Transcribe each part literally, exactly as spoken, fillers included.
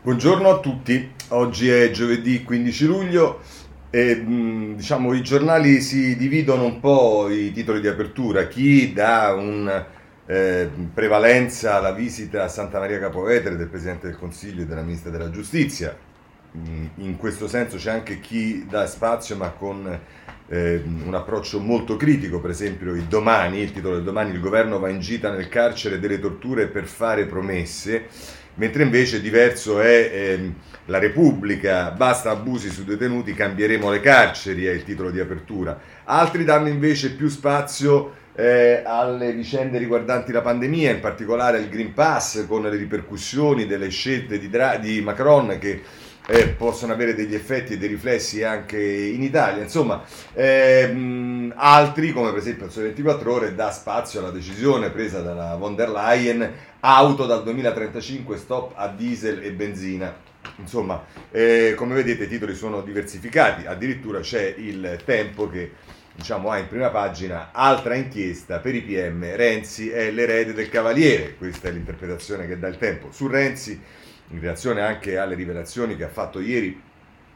Buongiorno a tutti, oggi è giovedì quindici luglio e mh, diciamo i giornali si dividono un po' i titoli di apertura, chi dà un eh, prevalenza alla visita a Santa Maria Capua Vetere del Presidente del Consiglio e della Ministra della Giustizia. Mh, in questo senso c'è anche chi dà spazio ma con eh, un approccio molto critico, per esempio il Domani, il titolo del Domani: il governo va in gita nel carcere delle torture per fare promesse. Mentre invece diverso è ehm, La Repubblica: basta abusi su detenuti, cambieremo le carceri, è il titolo di apertura. Altri danno invece più spazio eh, alle vicende riguardanti la pandemia, in particolare il Green Pass, con le ripercussioni delle scelte di, Dra- di Macron che eh, possono avere degli effetti e dei riflessi anche in Italia. Insomma, ehm, altri, come per esempio il Sole ventiquattro Ore, dà spazio alla decisione presa dalla von der Leyen: auto dal duemilatrentacinque, stop a diesel e benzina. Insomma, eh, come vedete i titoli sono diversificati, addirittura c'è il Tempo che diciamo ha in prima pagina: altra inchiesta per i P M, Renzi è l'erede del Cavaliere. Questa è l'interpretazione che dà il Tempo su Renzi, in reazione anche alle rivelazioni che ha fatto ieri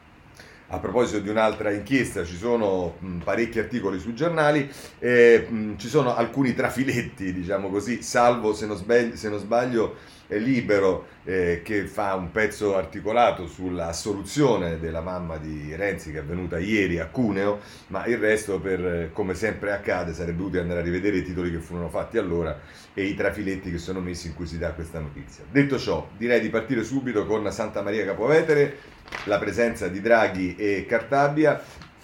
a proposito di un'altra inchiesta. Ci sono mh, parecchi articoli sui giornali, eh, mh, ci sono alcuni trafiletti, diciamo così, salvo se non sbaglio, se non sbaglio è Libero eh, che fa un pezzo articolato sull'assoluzione della mamma di Renzi, che è avvenuta ieri a Cuneo, ma il resto, per come sempre accade, sarebbe utile andare a rivedere i titoli che furono fatti allora e i trafiletti che sono messi in cui si dà questa notizia. Detto ciò, direi di partire subito con Santa Maria Capua Vetere, la presenza di Draghi e Cartabia.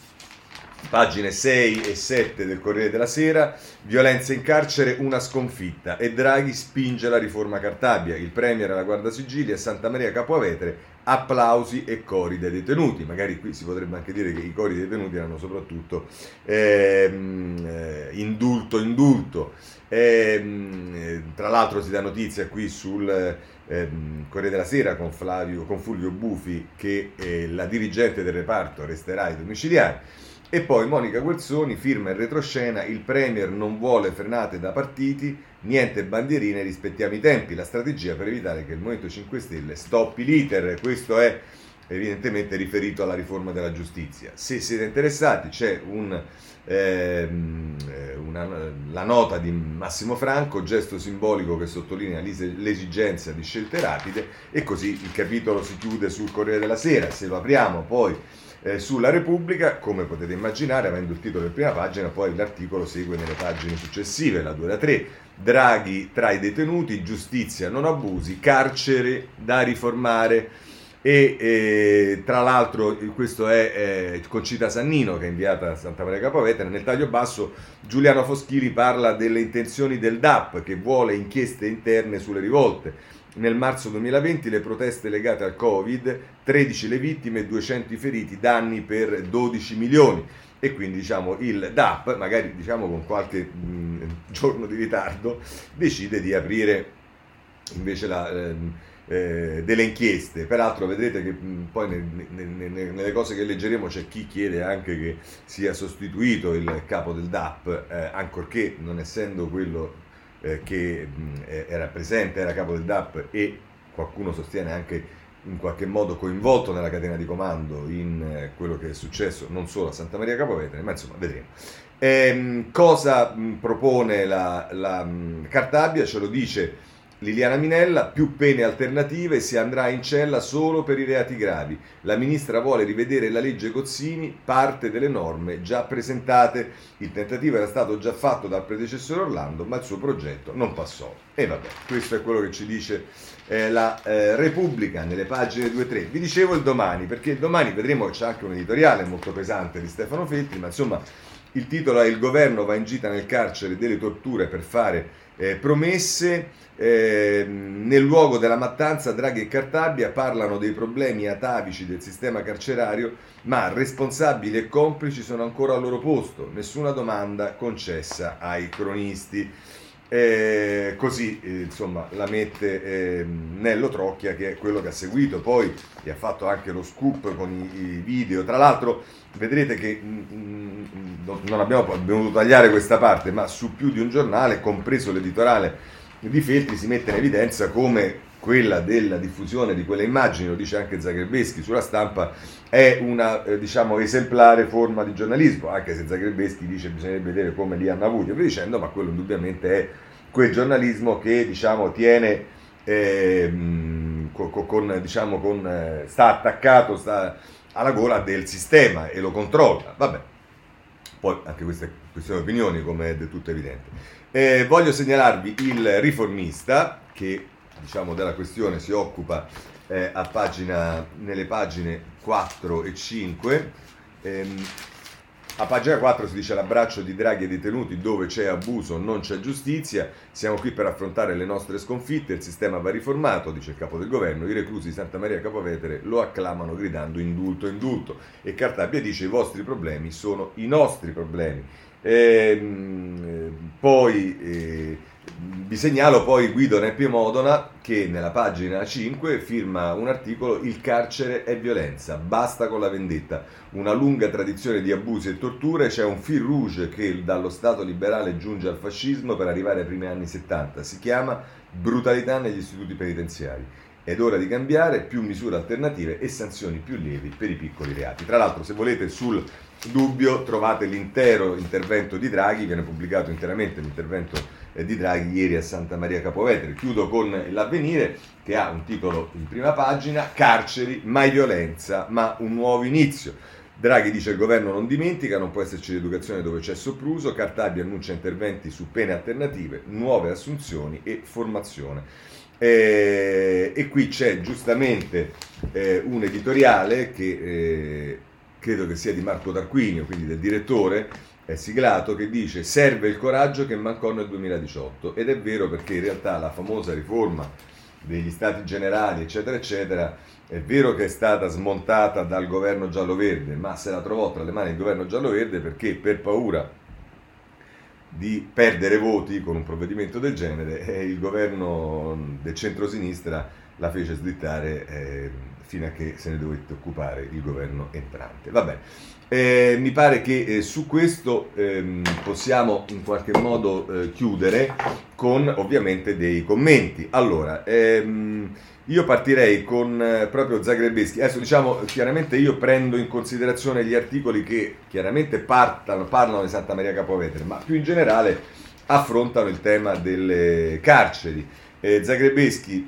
Pagine sei e sette del Corriere della Sera: violenza in carcere, una sconfitta, e Draghi spinge la riforma Cartabia, il premier alla Guardasigilli a Santa Maria Capua Vetere, applausi e cori dei detenuti. Magari qui si potrebbe anche dire che i cori dei detenuti erano soprattutto ehm, eh, indulto, indulto. Ehm, tra l'altro si dà notizia qui sul ehm, Corriere della Sera con, Flavio, con Fulvio Bufi che eh, la dirigente del reparto resterà ai domiciliari. E poi Monica Guerzoni firma in retroscena: il premier non vuole frenate da partiti, niente bandierine, rispettiamo i tempi, la strategia per evitare che il Movimento cinque Stelle stoppi l'iter. Questo è evidentemente riferito alla riforma della giustizia. Se siete interessati c'è un, ehm, una, la nota di Massimo Franco, gesto simbolico che sottolinea l'esigenza di scelte rapide, e così il capitolo si chiude sul Corriere della Sera. Se lo apriamo poi Eh, sulla Repubblica, come potete immaginare, avendo il titolo in prima pagina, poi l'articolo segue nelle pagine successive, la due e la tre. Draghi tra i detenuti, giustizia non abusi, carcere da riformare. E eh, tra l'altro questo è eh, Concita Sannino, che è inviata a Santa Maria Capua Vetere. Nel taglio basso Giuliano Foschini parla delle intenzioni del D A P, che vuole inchieste interne sulle rivolte. Nel marzo duemilaventi le proteste legate al Covid, tredici le vittime e duecento i feriti, danni per dodici milioni. E quindi diciamo il D A P, magari diciamo con qualche mh, giorno di ritardo, decide di aprire invece la, eh, eh, delle inchieste. Peraltro vedrete che mh, poi nel, nel, nel, nelle cose che leggeremo c'è chi chiede anche che sia sostituito il capo del D A P, eh, ancorché non essendo quello che era presente, era capo del D A P e qualcuno sostiene anche in qualche modo coinvolto nella catena di comando in quello che è successo non solo a Santa Maria Capua Vetere, ma insomma vedremo. Ehm, cosa mh, propone la, la mh, Cartabia? Ce lo dice Liliana Minella: più pene alternative, si andrà in cella solo per i reati gravi. La ministra vuole rivedere la legge Gozzini, parte delle norme già presentate. Il tentativo era stato già fatto dal predecessore Orlando, ma il suo progetto non passò. E vabbè, questo è quello che ci dice eh, la eh, Repubblica nelle pagine due e tre. Vi dicevo il Domani, perché il Domani, vedremo che c'è anche un editoriale molto pesante di Stefano Feltri, ma insomma il titolo è: il governo va in gita nel carcere delle torture per fare eh, promesse. Eh, nel luogo della mattanza Draghi e Cartabia parlano dei problemi atavici del sistema carcerario, ma responsabili e complici sono ancora al loro posto, nessuna domanda concessa ai cronisti. Eh, così eh, insomma la mette eh, Nello Trocchia, che è quello che ha seguito poi e ha fatto anche lo scoop con i, i video. Tra l'altro vedrete che mh, non abbiamo dovuto tagliare questa parte, ma su più di un giornale, compreso l'editoriale di Feltri, si mette in evidenza come quella della diffusione di quelle immagini, lo dice anche Zagrebeschi sulla Stampa, è una eh, diciamo esemplare forma di giornalismo, anche se Zagrebeschi dice che bisognerebbe vedere come li hanno avuti, e via dicendo, ma quello indubbiamente è quel giornalismo che diciamo tiene eh, con, con, diciamo, con, eh, sta attaccato sta alla gola del sistema e lo controlla. Vabbè, poi anche queste questioni di opinioni, come è del tutto evidente. Eh, voglio segnalarvi il Riformista, che diciamo della questione si occupa eh, a pagina, nelle pagine quattro e cinque. Ehm, a pagina quattro si dice: l'abbraccio di Draghi ai detenuti, dove c'è abuso non c'è giustizia, siamo qui per affrontare le nostre sconfitte, il sistema va riformato, dice il capo del governo, i reclusi di Santa Maria Capua Vetere lo acclamano gridando indulto, indulto, e Cartabia dice: i vostri problemi sono i nostri problemi. Ehm, poi eh, vi segnalo poi Guido Neppie Modona, che nella pagina cinque firma un articolo: il carcere è violenza, basta con la vendetta, una lunga tradizione di abusi e torture, c'è un fil rouge che dallo Stato liberale giunge al fascismo per arrivare ai primi anni settanta, si chiama brutalità negli istituti penitenziari. Ed ora di cambiare, più misure alternative e sanzioni più lievi per i piccoli reati. Tra l'altro, se volete, sul Dubbio trovate l'intero intervento di Draghi, viene pubblicato interamente l'intervento eh, di Draghi ieri a Santa Maria Capua Vetere. Chiudo con l'Avvenire, che ha un titolo in prima pagina: carceri, mai violenza, ma un nuovo inizio. Draghi dice: il governo non dimentica, non può esserci l'educazione dove c'è sopruso. Cartabia annuncia interventi su pene alternative, nuove assunzioni e formazione. Eh, e qui c'è giustamente eh, un editoriale che eh, credo che sia di Marco Tarquinio, quindi del direttore, è siglato, che dice: serve il coraggio che mancò nel duemiladiciotto. Ed è vero, perché in realtà la famosa riforma degli stati generali eccetera eccetera è vero che è stata smontata dal governo giallo-verde, ma se la trovò tra le mani il governo giallo-verde perché, per paura di perdere voti con un provvedimento del genere, eh, il governo del centrosinistra la fece slittare eh, fino a che se ne dovette occupare il governo entrante. Vabbè, eh, mi pare che eh, su questo ehm, possiamo in qualche modo eh, chiudere con ovviamente dei commenti. Allora, ehm, io partirei con eh, proprio Zagrebeschi. Adesso diciamo, chiaramente io prendo in considerazione gli articoli che chiaramente partano, parlano di Santa Maria Capua Vetere, ma più in generale affrontano il tema delle carceri. Eh, Zagrebeschi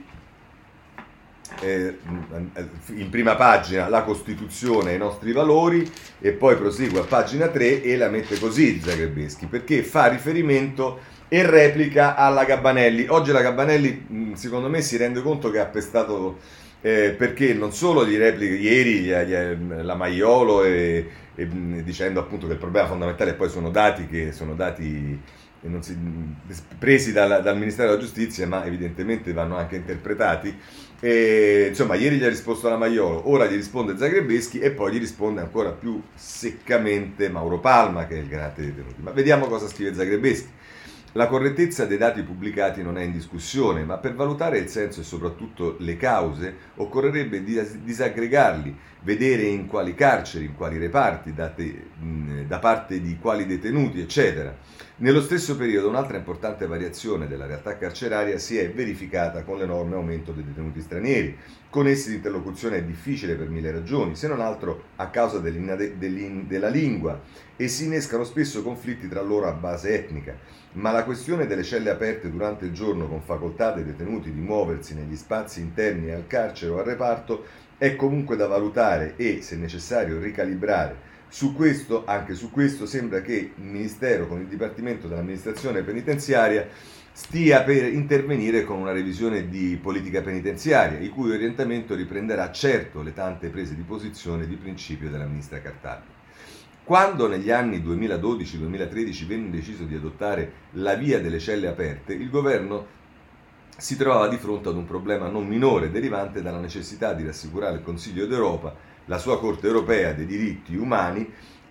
eh, in prima pagina la Costituzione e i nostri valori, e poi prosegue a pagina tre e la mette così Zagrebeschi, perché fa riferimento e replica alla Gabbanelli. Oggi la Gabbanelli secondo me si rende conto che ha pestato, eh, perché non solo gli replica ieri gli, gli, la Maiolo e, e, dicendo appunto che il problema fondamentale poi sono dati che sono dati non si, presi dal, dal Ministero della Giustizia, ma evidentemente vanno anche interpretati. E, insomma, ieri gli ha risposto la Maiolo, ora gli risponde Zagrebeschi e poi gli risponde ancora più seccamente Mauro Palma, che è il garante dei detenuti. Ma vediamo cosa scrive Zagrebeschi. La correttezza dei dati pubblicati non è in discussione, ma per valutare il senso e soprattutto le cause occorrerebbe disaggregarli, vedere in quali carceri, in quali reparti, date, da parte di quali detenuti, eccetera. Nello stesso periodo un'altra importante variazione della realtà carceraria si è verificata con l'enorme aumento dei detenuti stranieri. Con essi l'interlocuzione è difficile per mille ragioni, se non altro a causa della lingua, e si innescano spesso conflitti tra loro a base etnica. Ma la questione delle celle aperte durante il giorno con facoltà dei detenuti di muoversi negli spazi interni al carcere o al reparto è comunque da valutare e, se necessario, ricalibrare. Su questo, anche su questo, sembra che il Ministero, con il Dipartimento dell'Amministrazione Penitenziaria, stia per intervenire con una revisione di politica penitenziaria, il cui orientamento riprenderà certo le tante prese di posizione di principio della ministra Cartabia. Quando negli anni duemiladodici duemilatredici venne deciso di adottare la via delle celle aperte, il governo si trovava di fronte ad un problema non minore derivante dalla necessità di rassicurare il Consiglio d'Europa, la sua Corte europea dei diritti umani,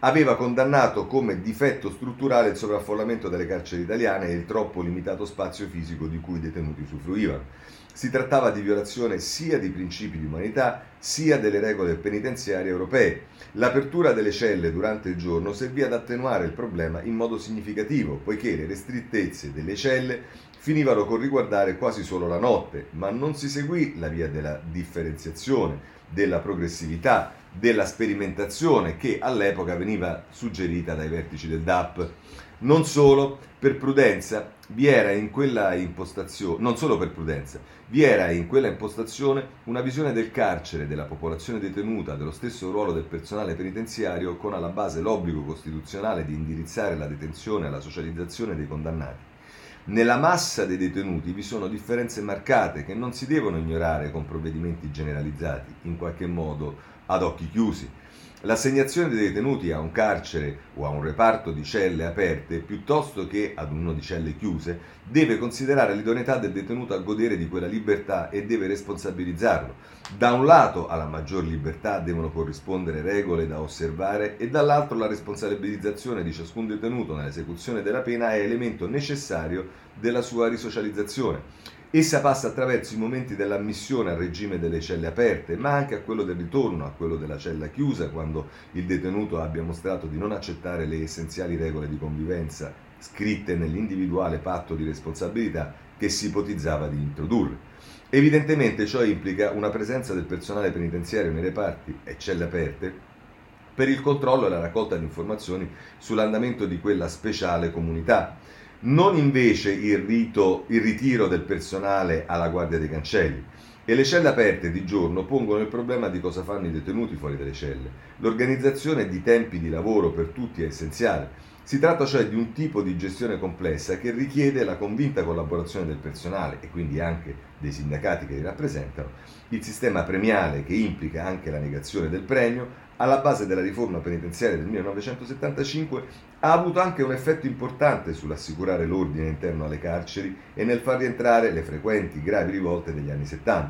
aveva condannato come difetto strutturale il sovraffollamento delle carceri italiane e il troppo limitato spazio fisico di cui i detenuti usufruivano. Si trattava di violazione sia di principi di umanità sia delle regole penitenziarie europee. L'apertura delle celle durante il giorno servì ad attenuare il problema in modo significativo, poiché le restrittezze delle celle finivano con riguardare quasi solo la notte, ma non si seguì la via della differenziazione, della progressività, della sperimentazione che all'epoca veniva suggerita dai vertici del D A P. Non solo per prudenza vi era in quella impostazione, non solo per prudenza, vi era in quella impostazione una visione del carcere, della popolazione detenuta, dello stesso ruolo del personale penitenziario, con alla base l'obbligo costituzionale di indirizzare la detenzione alla socializzazione dei condannati. Nella massa dei detenuti vi sono differenze marcate che non si devono ignorare con provvedimenti generalizzati, in qualche modo ad occhi chiusi. L'assegnazione dei detenuti a un carcere o a un reparto di celle aperte, piuttosto che ad uno di celle chiuse, deve considerare l'idoneità del detenuto a godere di quella libertà e deve responsabilizzarlo. Da un lato alla maggior libertà devono corrispondere regole da osservare e dall'altro la responsabilizzazione di ciascun detenuto nell'esecuzione della pena è elemento necessario della sua risocializzazione. Essa passa attraverso i momenti dell'ammissione al regime delle celle aperte, ma anche a quello del ritorno, a quello della cella chiusa, quando il detenuto abbia mostrato di non accettare le essenziali regole di convivenza scritte nell'individuale patto di responsabilità che si ipotizzava di introdurre. Evidentemente ciò implica una presenza del personale penitenziario nei reparti e celle aperte per il controllo e la raccolta di informazioni sull'andamento di quella speciale comunità. Non invece il, rito, il ritiro del personale alla guardia dei cancelli. E le celle aperte di giorno pongono il problema di cosa fanno i detenuti fuori dalle celle. L'organizzazione di tempi di lavoro per tutti è essenziale. Si tratta cioè di un tipo di gestione complessa che richiede la convinta collaborazione del personale e quindi anche dei sindacati che li rappresentano. Il sistema premiale, che implica anche la negazione del premio, alla base della riforma penitenziaria del millenovecentosettantacinque, ha avuto anche un effetto importante sull'assicurare l'ordine interno alle carceri e nel far rientrare le frequenti gravi rivolte degli anni settanta.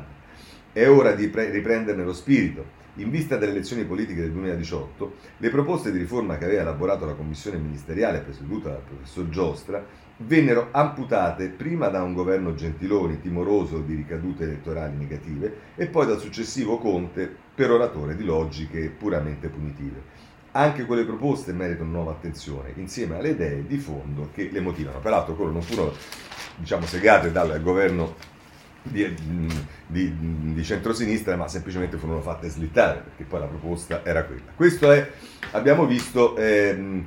È ora di pre- riprenderne lo spirito. In vista delle elezioni politiche del duemiladiciotto, le proposte di riforma che aveva elaborato la commissione ministeriale presieduta dal professor Giostra vennero amputate prima da un governo Gentiloni timoroso di ricadute elettorali negative e poi dal successivo Conte peroratore di logiche puramente punitive. Anche quelle proposte meritano nuova attenzione insieme alle idee di fondo che le motivano. Peraltro quello non furono, diciamo, segate dal governo Di, di, di centrosinistra, ma semplicemente furono fatte slittare perché poi la proposta era quella. Questo è, abbiamo visto ehm,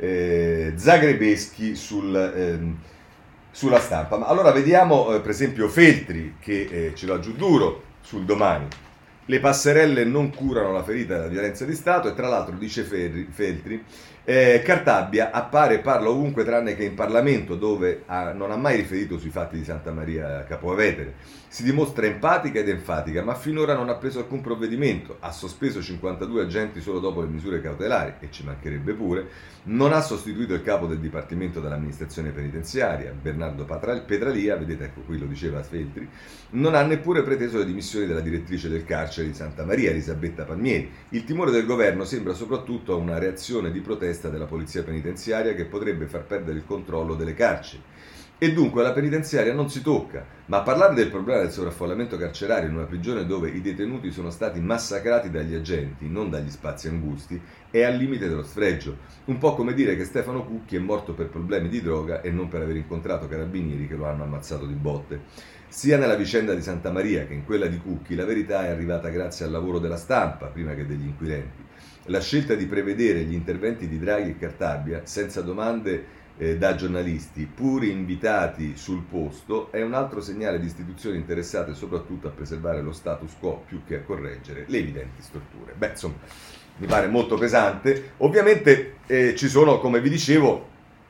eh, Zagrebeschi sul, ehm, sulla stampa. Ma allora vediamo eh, per esempio Feltri che eh, ce l'ha giù duro sul Domani. Le passerelle non curano la ferita della violenza di Stato e tra l'altro dice Ferri, Feltri eh, Cartabia appare e parla ovunque tranne che in Parlamento dove ha, non ha mai riferito sui fatti di Santa Maria Capua Vetere. Si dimostra empatica ed enfatica ma finora non ha preso alcun provvedimento, ha sospeso cinquantadue agenti solo dopo le misure cautelari e ci mancherebbe pure, non ha sostituito il capo del Dipartimento dell'amministrazione penitenziaria Bernardo Petralia, vedete ecco qui lo diceva Feltri, non ha neppure preteso le dimissioni della direttrice del carcere di Santa Maria, Elisabetta Palmieri. Il timore del governo sembra soprattutto una reazione di protesta della polizia penitenziaria che potrebbe far perdere il controllo delle carceri. E dunque la penitenziaria non si tocca, ma parlare del problema del sovraffollamento carcerario in una prigione dove i detenuti sono stati massacrati dagli agenti, non dagli spazi angusti, è al limite dello sfregio. Un po' come dire che Stefano Cucchi è morto per problemi di droga e non per aver incontrato carabinieri che lo hanno ammazzato di botte. Sia nella vicenda di Santa Maria che in quella di Cucchi la verità è arrivata grazie al lavoro della stampa prima che degli inquirenti. La scelta di prevedere gli interventi di Draghi e Cartabia senza domande eh, da giornalisti, pur invitati sul posto, è un altro segnale di istituzioni interessate soprattutto a preservare lo status quo più che a correggere le evidenti storture. Beh, insomma, mi pare molto pesante. Ovviamente eh, ci sono, come vi dicevo,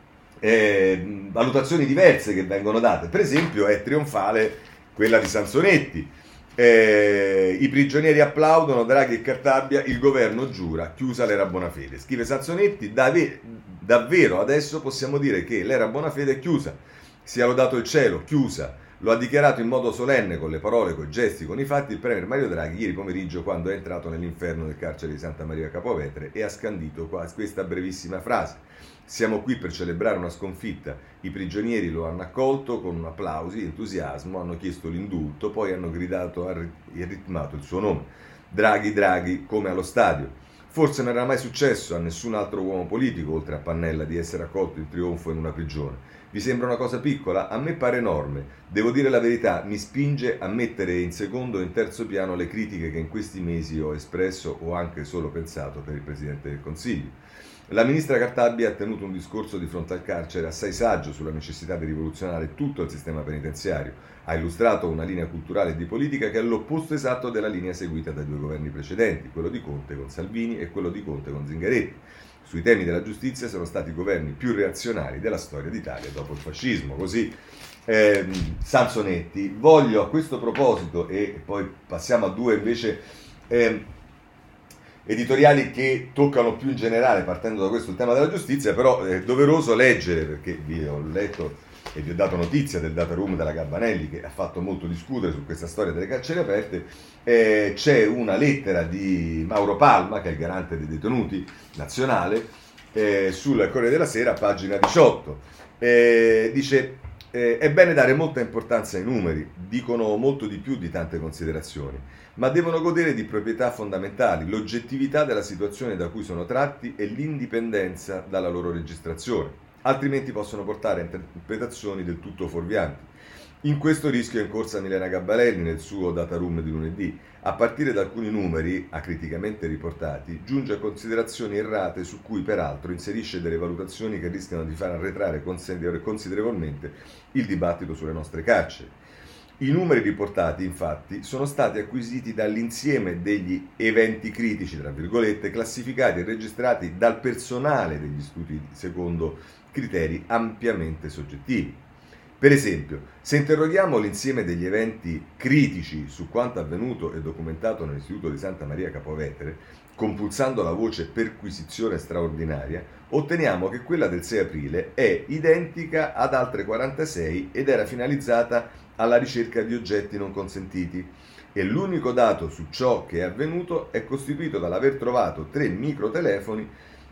eh, valutazioni diverse che vengono date. Per esempio è trionfale quella di Sansonetti. Eh, i prigionieri applaudono, Draghi e Cartabia, il governo giura, chiusa l'era Bonafede. Scrive Sansonetti, Dave, davvero adesso possiamo dire che l'era Bonafede è chiusa, sia lodato il cielo, chiusa. Lo ha dichiarato in modo solenne con le parole, con i gesti, con i fatti il premier Mario Draghi ieri pomeriggio quando è entrato nell'inferno del carcere di Santa Maria Capua Vetere e ha scandito questa brevissima frase: siamo qui per celebrare una sconfitta, i prigionieri lo hanno accolto con applausi, entusiasmo, hanno chiesto l'indulto, poi hanno gridato e ritmato il suo nome. Draghi, Draghi, come allo stadio. Forse non era mai successo a nessun altro uomo politico, oltre a Pannella, di essere accolto in trionfo in una prigione. Vi sembra una cosa piccola? A me pare enorme. Devo dire la verità, mi spinge a mettere in secondo e in terzo piano le critiche che in questi mesi ho espresso o anche solo pensato per il Presidente del Consiglio. La ministra Cartabia ha tenuto un discorso di fronte al carcere assai saggio sulla necessità di rivoluzionare tutto il sistema penitenziario. Ha illustrato una linea culturale e di politica che è l'opposto esatto della linea seguita dai due governi precedenti, quello di Conte con Salvini e quello di Conte con Zingaretti. Sui temi della giustizia sono stati i governi più reazionari della storia d'Italia dopo il fascismo. Così ehm, Sansonetti. Voglio a questo proposito, e poi passiamo a due invece ehm, editoriali che toccano più in generale, partendo da questo il tema della giustizia, però è doveroso leggere, perché vi ho letto e vi ho dato notizia del data room della Gabbanelli che ha fatto molto discutere su questa storia delle carceri aperte. Eh, c'è una lettera di Mauro Palma, che è il garante dei detenuti nazionale, eh, sul Corriere della Sera, pagina diciotto. Eh, dice: eh, è bene dare molta importanza ai numeri, dicono molto di più di tante considerazioni, ma devono godere di proprietà fondamentali, l'oggettività della situazione da cui sono tratti e l'indipendenza dalla loro registrazione, altrimenti possono portare a interpretazioni del tutto fuorvianti. In questo rischio è incorsa Milena Gabbanelli nel suo data room di lunedì. A partire da alcuni numeri, acriticamente riportati, giunge a considerazioni errate su cui peraltro inserisce delle valutazioni che rischiano di far arretrare considerevolmente il dibattito sulle nostre carceri. I numeri riportati, infatti, sono stati acquisiti dall'insieme degli eventi critici, tra virgolette, classificati e registrati dal personale degli studi secondo criteri ampiamente soggettivi. Per esempio, se interroghiamo l'insieme degli eventi critici su quanto avvenuto e documentato nell'Istituto di Santa Maria Capua Vetere, compulsando la voce perquisizione straordinaria, otteniamo che quella del sei aprile è identica ad altre quarantasei ed era finalizzata alla ricerca di oggetti non consentiti, e l'unico dato su ciò che è avvenuto è costituito dall'aver trovato tre microtelefoni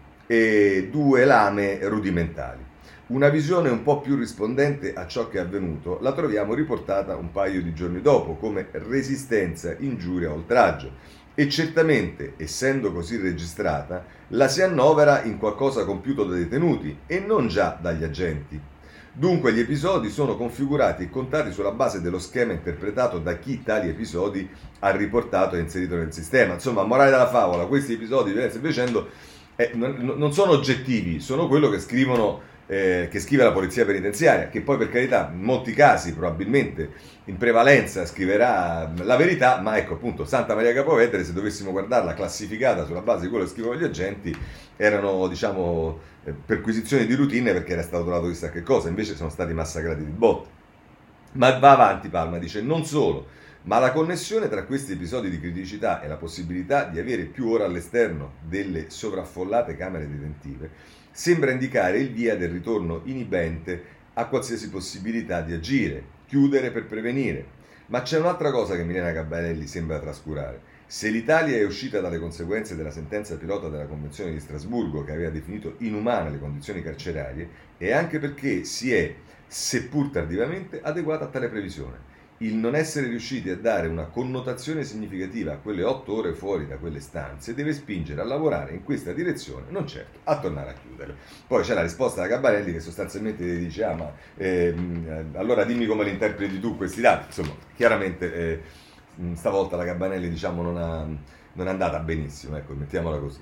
e due lame rudimentali. Una visione un po' più rispondente a ciò che è avvenuto la troviamo riportata un paio di giorni dopo come resistenza, ingiuria o oltraggio, e certamente, essendo così registrata, la si annovera in qualcosa compiuto dai detenuti e non già dagli agenti. Dunque gli episodi sono configurati e contati sulla base dello schema interpretato da chi tali episodi ha riportato e inserito nel sistema. Insomma, morale della favola, questi episodi di violenza e via dicendo eh, non, non sono oggettivi, sono quello che scrivono eh, che scrive la polizia penitenziaria, che poi per carità in molti casi probabilmente in prevalenza scriverà la verità, ma ecco appunto Santa Maria Capua Vetere, se dovessimo guardarla classificata sulla base di quello che scrivono gli agenti, erano diciamo eh, perquisizioni di routine perché era stato trovato chissà che cosa, invece sono stati massacrati di botte. Ma va avanti Palma, dice: non solo, ma la connessione tra questi episodi di criticità e la possibilità di avere più ore all'esterno delle sovraffollate camere detentive sembra indicare il via del ritorno inibente a qualsiasi possibilità di agire, chiudere per prevenire. Ma c'è un'altra cosa che Milena Gabbanelli sembra trascurare. Se l'Italia è uscita dalle conseguenze della sentenza pilota della Convenzione di Strasburgo, che aveva definito inumane le condizioni carcerarie, è anche perché si è, seppur tardivamente, adeguata a tale previsione. Il non essere riusciti a dare una connotazione significativa a quelle otto ore fuori da quelle stanze deve spingere a lavorare in questa direzione, non certo a tornare a chiudere. Poi c'è la risposta da Gabbanelli che sostanzialmente dice: ah ma ehm, allora dimmi come li interpreti tu questi dati. Insomma, chiaramente eh, stavolta la Gabbanelli diciamo non, ha, non è andata benissimo, ecco, mettiamola così.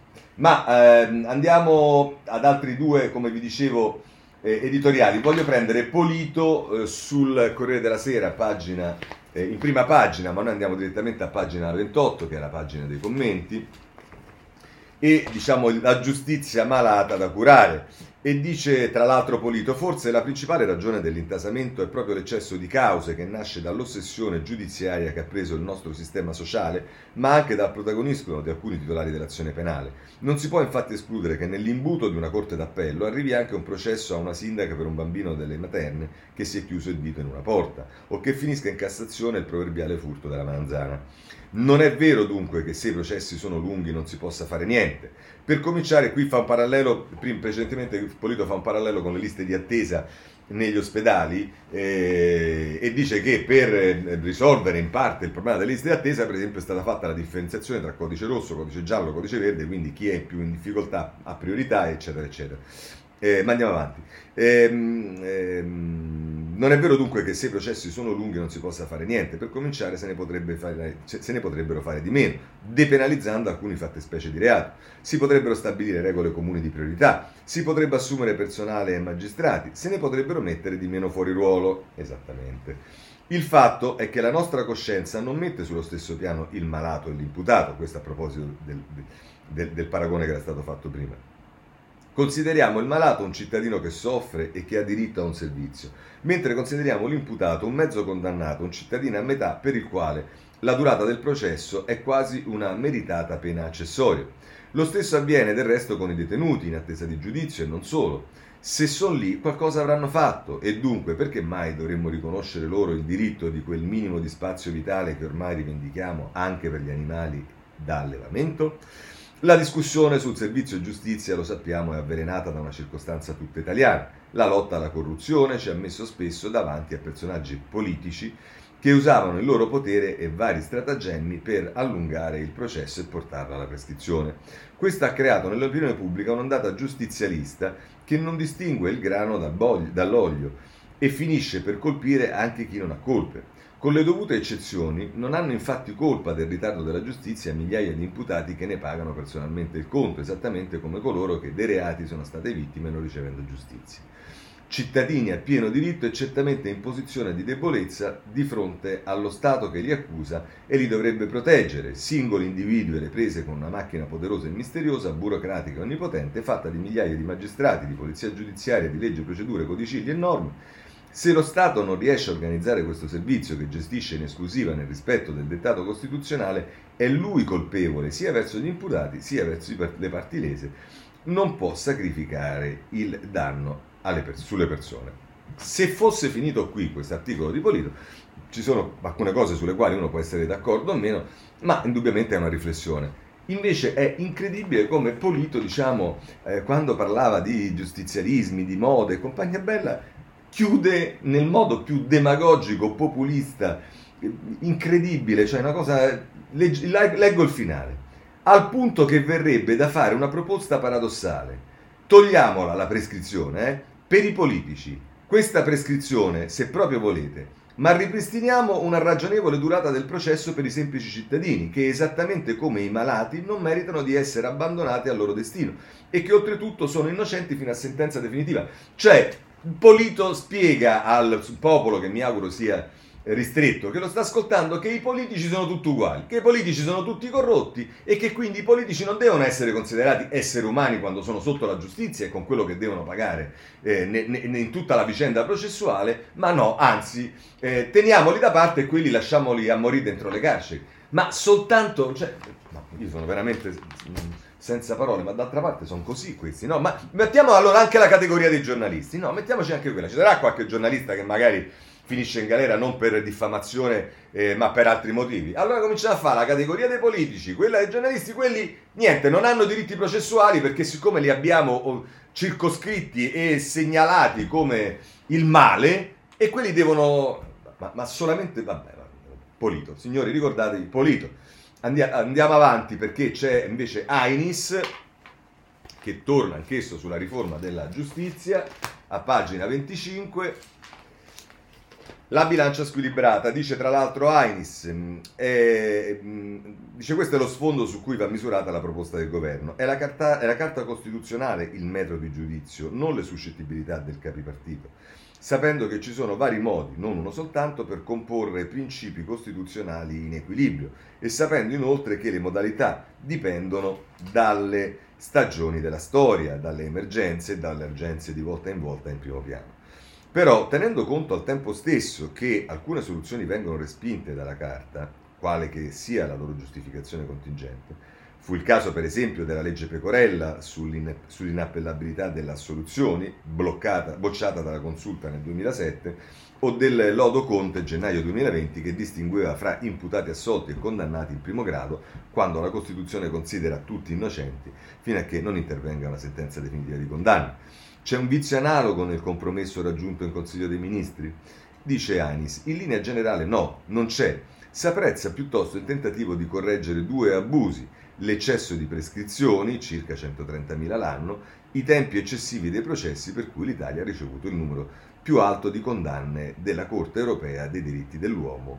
Ma ehm, andiamo ad altri due, come vi dicevo, Eh, editoriali. Voglio prendere Polito eh, sul Corriere della Sera, pagina eh, in prima pagina, ma noi andiamo direttamente a pagina ventotto, che è la pagina dei commenti, e diciamo la giustizia malata da curare. E dice tra l'altro Polito, forse la principale ragione dell'intasamento è proprio l'eccesso di cause che nasce dall'ossessione giudiziaria che ha preso il nostro sistema sociale, ma anche dal protagonismo di alcuni titolari dell'azione penale. Non si può infatti escludere che nell'imbuto di una corte d'appello arrivi anche un processo a una sindaca per un bambino delle materne che si è chiuso il dito in una porta, o che finisca in Cassazione il proverbiale furto della melanzana. Non è vero dunque che se i processi sono lunghi non si possa fare niente. Per cominciare, qui fa un parallelo, precedentemente Polito fa un parallelo con le liste di attesa negli ospedali eh, e dice che per risolvere in parte il problema delle liste di attesa, per esempio, è stata fatta la differenziazione tra codice rosso, codice giallo, codice verde, quindi chi è più in difficoltà ha priorità, eccetera, eccetera. Eh, ma andiamo avanti. Ehm, ehm, non è vero dunque che se i processi sono lunghi non si possa fare niente. Per cominciare se ne, potrebbe fare, se ne potrebbero fare di meno, depenalizzando alcune fattispecie di reato. Si potrebbero stabilire regole comuni di priorità, si potrebbe assumere personale e magistrati, se ne potrebbero mettere di meno fuori ruolo. Esattamente. Il fatto è che la nostra coscienza non mette sullo stesso piano il malato e l'imputato, questo a proposito del, del, del paragone che era stato fatto prima. Consideriamo il malato un cittadino che soffre e che ha diritto a un servizio, mentre consideriamo l'imputato un mezzo condannato, un cittadino a metà per il quale la durata del processo è quasi una meritata pena accessoria. Lo stesso avviene del resto con i detenuti in attesa di giudizio e non solo. Se sono lì qualcosa avranno fatto e dunque perché mai dovremmo riconoscere loro il diritto di quel minimo di spazio vitale che ormai rivendichiamo anche per gli animali da allevamento? La discussione sul servizio giustizia, lo sappiamo, è avvelenata da una circostanza tutta italiana. La lotta alla corruzione ci ha messo spesso davanti a personaggi politici che usavano il loro potere e vari stratagemmi per allungare il processo e portarlo alla prescrizione. Questo ha creato nell'opinione pubblica un'ondata giustizialista che non distingue il grano dall'olio e finisce per colpire anche chi non ha colpe. Con le dovute eccezioni, non hanno infatti colpa del ritardo della giustizia migliaia di imputati che ne pagano personalmente il conto, esattamente come coloro che dei reati sono state vittime non ricevendo giustizia. Cittadini a pieno diritto e certamente in posizione di debolezza di fronte allo Stato che li accusa e li dovrebbe proteggere, singoli individui e le prese con una macchina poderosa e misteriosa, burocratica e onnipotente, fatta di migliaia di magistrati, di polizia giudiziaria, di leggi, procedure, codicilli e norme. Se lo Stato non riesce a organizzare questo servizio che gestisce in esclusiva nel rispetto del dettato costituzionale, è lui colpevole sia verso gli imputati sia verso le parti lese, non può sacrificare il danno alle pers- sulle persone. Se fosse finito qui questo articolo di Polito, ci sono alcune cose sulle quali uno può essere d'accordo o meno, ma indubbiamente è una riflessione. Invece è incredibile come Polito, diciamo, eh, quando parlava di giustizialismi, di mode e compagnia bella, chiude nel modo più demagogico, populista, incredibile, cioè una cosa, leggo, leggo il finale, al punto che verrebbe da fare una proposta paradossale. Togliamola la prescrizione, eh, per i politici, questa prescrizione, se proprio volete, ma ripristiniamo una ragionevole durata del processo per i semplici cittadini, che esattamente come i malati non meritano di essere abbandonati al loro destino e che oltretutto sono innocenti fino a sentenza definitiva. Cioè, Polito spiega al popolo, che mi auguro sia ristretto, che lo sta ascoltando, che i politici sono tutti uguali, che i politici sono tutti corrotti e che quindi i politici non devono essere considerati esseri umani quando sono sotto la giustizia e con quello che devono pagare eh, ne, ne, in tutta la vicenda processuale, ma no, anzi, eh, teniamoli da parte e quelli lasciamoli a morire dentro le carceri. Ma soltanto, cioè, no, io sono veramente senza parole, ma d'altra parte sono così questi, no? Ma mettiamo allora anche la categoria dei giornalisti, no? Mettiamoci anche quella. Ci sarà qualche giornalista che magari finisce in galera non per diffamazione, eh, ma per altri motivi. Allora cominciamo a fare la categoria dei politici, quella dei giornalisti, quelli, niente, non hanno diritti processuali perché siccome li abbiamo circoscritti e segnalati come il male, e quelli devono, ma, ma solamente, vabbè, Polito, signori, ricordatevi, Polito. Andiamo avanti perché c'è invece Ainis che torna anch'esso sulla riforma della giustizia a pagina venticinque. La bilancia squilibrata, dice tra l'altro Ainis, eh, dice questo è lo sfondo su cui va misurata la proposta del governo. È la, carta, è la carta costituzionale il metro di giudizio, non le suscettibilità del capipartito, sapendo che ci sono vari modi, non uno soltanto, per comporre principi costituzionali in equilibrio e sapendo inoltre che le modalità dipendono dalle stagioni della storia, dalle emergenze e dalle urgenze di volta in volta in primo piano. Però, tenendo conto al tempo stesso che alcune soluzioni vengono respinte dalla Carta, quale che sia la loro giustificazione contingente, fu il caso per esempio della legge Pecorella sull'in- sull'inappellabilità delle assoluzioni, bloccata, bocciata dalla Consulta nel duemilasette, o del lodo Conte gennaio duemilaventi che distingueva fra imputati assolti e condannati in primo grado quando la Costituzione considera tutti innocenti fino a che non intervenga una sentenza definitiva di condanna. C'è un vizio analogo nel compromesso raggiunto in Consiglio dei Ministri? Dice Ainis, in linea generale no, non c'è. Si apprezza piuttosto il tentativo di correggere due abusi, l'eccesso di prescrizioni, circa centotrentamila l'anno, i tempi eccessivi dei processi per cui l'Italia ha ricevuto il numero più alto di condanne della Corte europea dei diritti dell'uomo,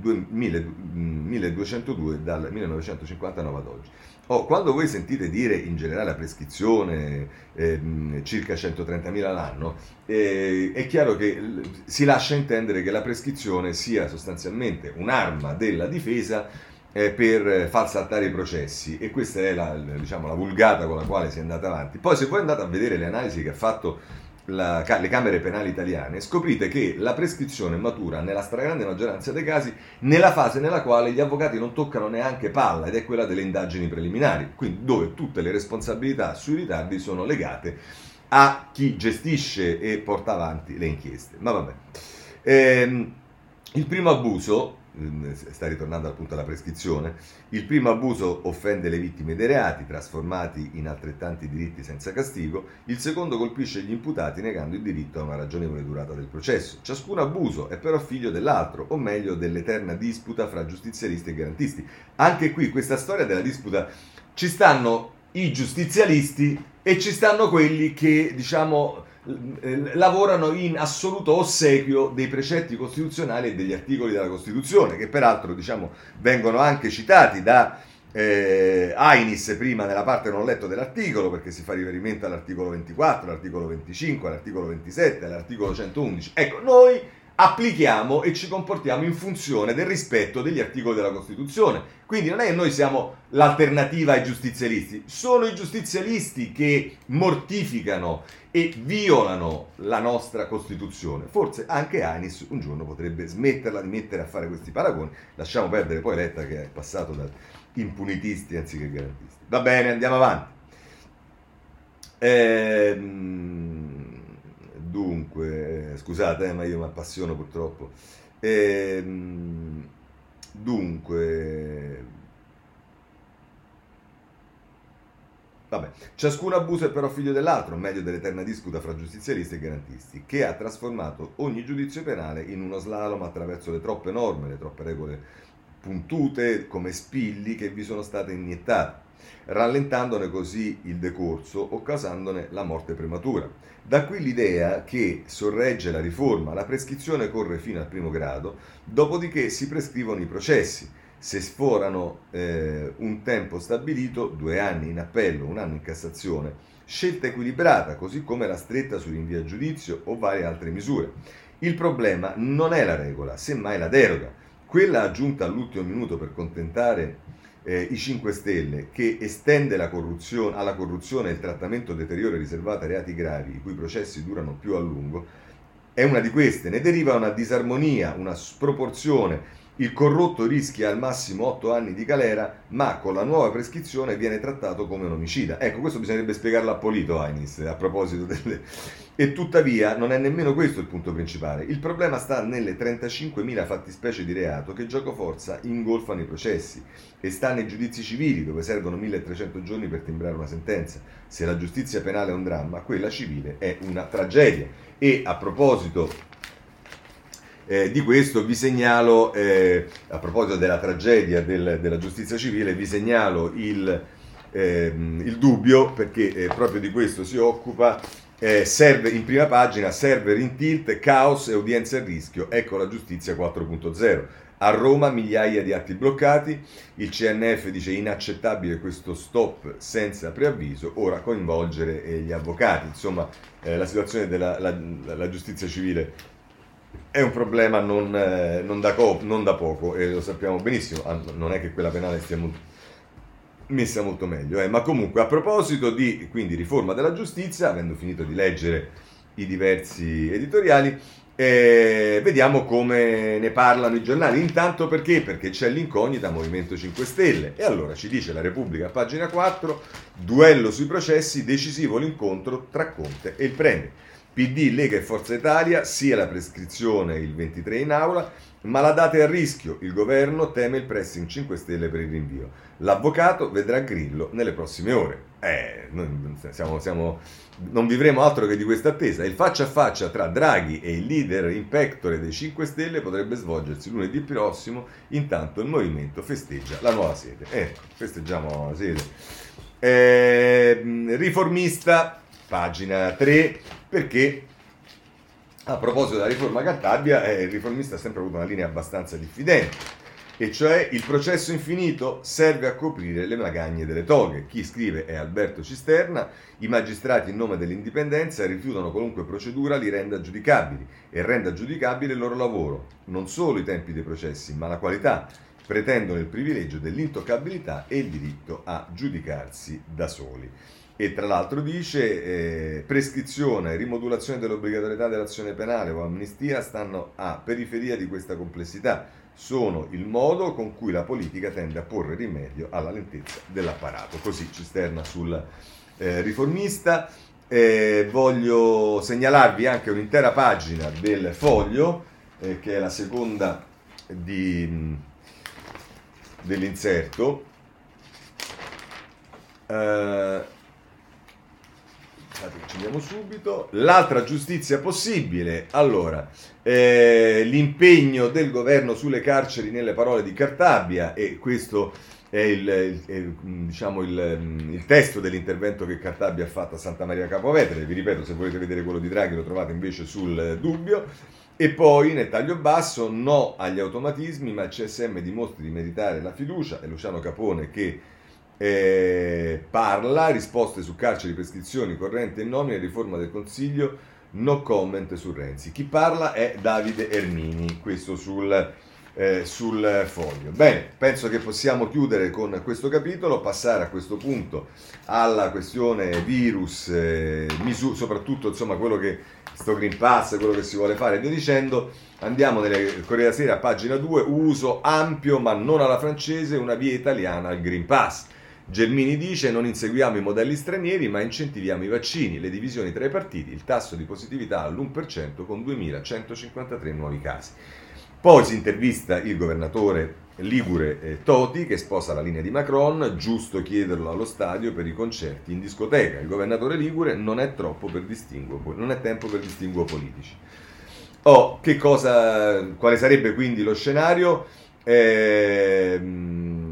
milleduecentodue dal millenovecentocinquantanove ad oggi. Oh, quando voi sentite dire in generale la prescrizione eh, circa centotrentamila l'anno, eh, è chiaro che si lascia intendere che la prescrizione sia sostanzialmente un'arma della difesa eh, per far saltare i processi, e questa è la, diciamo, la vulgata con la quale si è andata avanti. Poi se voi andate a vedere le analisi che ha fatto La, le Camere Penali italiane, scoprite che la prescrizione matura nella stragrande maggioranza dei casi nella fase nella quale gli avvocati non toccano neanche palla, ed è quella delle indagini preliminari, quindi dove tutte le responsabilità sui ritardi sono legate a chi gestisce e porta avanti le inchieste. Ma vabbè. Ehm, il primo abuso, sta ritornando appunto alla prescrizione, il primo abuso offende le vittime dei reati, trasformati in altrettanti diritti senza castigo, il secondo colpisce gli imputati negando il diritto a una ragionevole durata del processo. Ciascun abuso è però figlio dell'altro, o meglio dell'eterna disputa fra giustizialisti e garantisti. Anche qui questa storia della disputa, ci stanno i giustizialisti e ci stanno quelli che, diciamo, lavorano in assoluto ossequio dei precetti costituzionali e degli articoli della Costituzione, che peraltro, diciamo, vengono anche citati da eh, Ainis prima nella parte non letto dell'articolo, perché si fa riferimento all'articolo ventiquattro, all'articolo venticinque, all'articolo ventisette, all'articolo centoundici. Ecco, noi applichiamo e ci comportiamo in funzione del rispetto degli articoli della Costituzione. Quindi non è che noi siamo l'alternativa ai giustizialisti, sono i giustizialisti che mortificano e violano la nostra Costituzione. Forse anche Ainis un giorno potrebbe smetterla di mettere a fare questi paragoni. Lasciamo perdere poi Letta, che è passato da impunitisti anziché garantisti. Va bene, andiamo avanti. Ehm... Dunque, scusate, eh, ma io mi appassiono purtroppo. Ehm, dunque, vabbè, ciascun abuso è però figlio dell'altro, meglio dell'eterna disputa fra giustizialisti e garantisti, che ha trasformato ogni giudizio penale in uno slalom attraverso le troppe norme, le troppe regole puntute come spilli che vi sono state iniettate, rallentandone così il decorso o causandone la morte prematura. Da qui l'idea che sorregge la riforma: la prescrizione corre fino al primo grado, dopodiché si prescrivono i processi. Se sforano eh, un tempo stabilito, due anni in appello, un anno in Cassazione, scelta equilibrata, così come la stretta sul rinvio a giudizio o varie altre misure. Il problema non è la regola, semmai la deroga, quella aggiunta all'ultimo minuto per contentare Eh, i cinque Stelle, che estende la corruzione, alla corruzione il trattamento deteriore riservato ai reati gravi, i cui processi durano più a lungo, è una di queste. Ne deriva una disarmonia, una sproporzione. Il corrotto rischia al massimo otto anni di galera, ma con la nuova prescrizione viene trattato come un omicida. Ecco, questo bisognerebbe spiegarlo a Polito, Ainis, a proposito delle... E tuttavia non è nemmeno questo il punto principale. Il problema sta nelle trentacinquemila fattispecie di reato che giocoforza ingolfano i processi, e sta nei giudizi civili, dove servono milletrecento giorni per timbrare una sentenza. Se la giustizia penale è un dramma, quella civile è una tragedia. E a proposito Eh, di questo vi segnalo, eh, a proposito della tragedia del, della giustizia civile, vi segnalo il, eh, il dubbio, perché eh, proprio di questo si occupa. Eh, serve, in prima pagina, server in tilt, caos e udienze a rischio, ecco la giustizia quattro punto zero. A Roma migliaia di atti bloccati, il C N F dice inaccettabile questo stop senza preavviso, ora coinvolgere eh, gli avvocati. Insomma, eh, la situazione della la, la giustizia civile è un problema non, eh, non, da co- non da poco, e lo sappiamo benissimo. Non è che quella penale stia molto, messa molto meglio, eh. Ma comunque, a proposito di quindi riforma della giustizia, avendo finito di leggere i diversi editoriali, eh, vediamo come ne parlano i giornali. Intanto perché? Perché c'è l'incognita Movimento cinque Stelle. E allora ci dice la Repubblica, pagina quattro, duello sui processi, decisivo l'incontro tra Conte e il Premier. P D, Lega e Forza Italia, sia la prescrizione il ventitré in aula, ma la data è a rischio. Il governo teme il pressing cinque Stelle per il rinvio. L'avvocato vedrà Grillo nelle prossime ore. Eh, noi siamo, siamo, non vivremo altro che di questa attesa. Il faccia a faccia tra Draghi e il leader in pectore dei cinque Stelle potrebbe svolgersi lunedì prossimo. Intanto il movimento festeggia la nuova sede. Ecco, festeggiamo la sede. Eh, riformista, pagina tre, perché a proposito della riforma Cartabia, eh, il riformista ha sempre avuto una linea abbastanza diffidente, e cioè il processo infinito serve a coprire le magagne delle toghe. Chi scrive è Alberto Cisterna. I magistrati in nome dell'indipendenza rifiutano qualunque procedura li renda giudicabili e renda giudicabile il loro lavoro, non solo i tempi dei processi, ma la qualità. Pretendono il privilegio dell'intoccabilità e il diritto a giudicarsi da soli. E tra l'altro dice eh, prescrizione, rimodulazione dell'obbligatorietà dell'azione penale o amnistia stanno a periferia di questa complessità, sono il modo con cui la politica tende a porre rimedio alla lentezza dell'apparato. Così Cisterna sul eh, riformista. Eh, voglio segnalarvi anche un'intera pagina del Foglio, eh, che è la seconda di, mh, dell'inserto. Eh, Ci andiamo subito. L'altra giustizia possibile. Allora, eh, l'impegno del governo sulle carceri nelle parole di Cartabia, e questo è il, il, il, diciamo il, il testo dell'intervento che Cartabia ha fatto a Santa Maria Capua Vetere. Vi ripeto, se volete vedere quello di Draghi lo trovate invece sul Dubbio. E poi nel taglio basso, no agli automatismi, ma il C S M dimostri di meritare la fiducia. È Luciano Capone che Eh, parla, risposte su carceri, prescrizioni, corrente e nomine, riforma del Consiglio, no comment su Renzi. Chi parla è Davide Ermini, questo sul, eh, sul Foglio. Bene, penso che possiamo chiudere con questo capitolo, passare a questo punto alla questione virus, eh, misu- soprattutto insomma quello che sto Green Pass, quello che si vuole fare e via dicendo. Andiamo nelle Corriere della Sera, pagina due, uso ampio ma non alla francese, una via italiana al Green Pass. Gelmini dice non inseguiamo i modelli stranieri ma incentiviamo i vaccini, le divisioni tra i partiti, il tasso di positività all'uno per cento con duemilacentocinquantatré nuovi casi. Poi si intervista il governatore ligure eh, Toti che sposa la linea di Macron, giusto chiederlo allo stadio per i concerti in discoteca. Il governatore ligure non è troppo per distinguo, non è tempo per distinguo politici. Oh, che cosa, quale sarebbe quindi lo scenario? Ehm...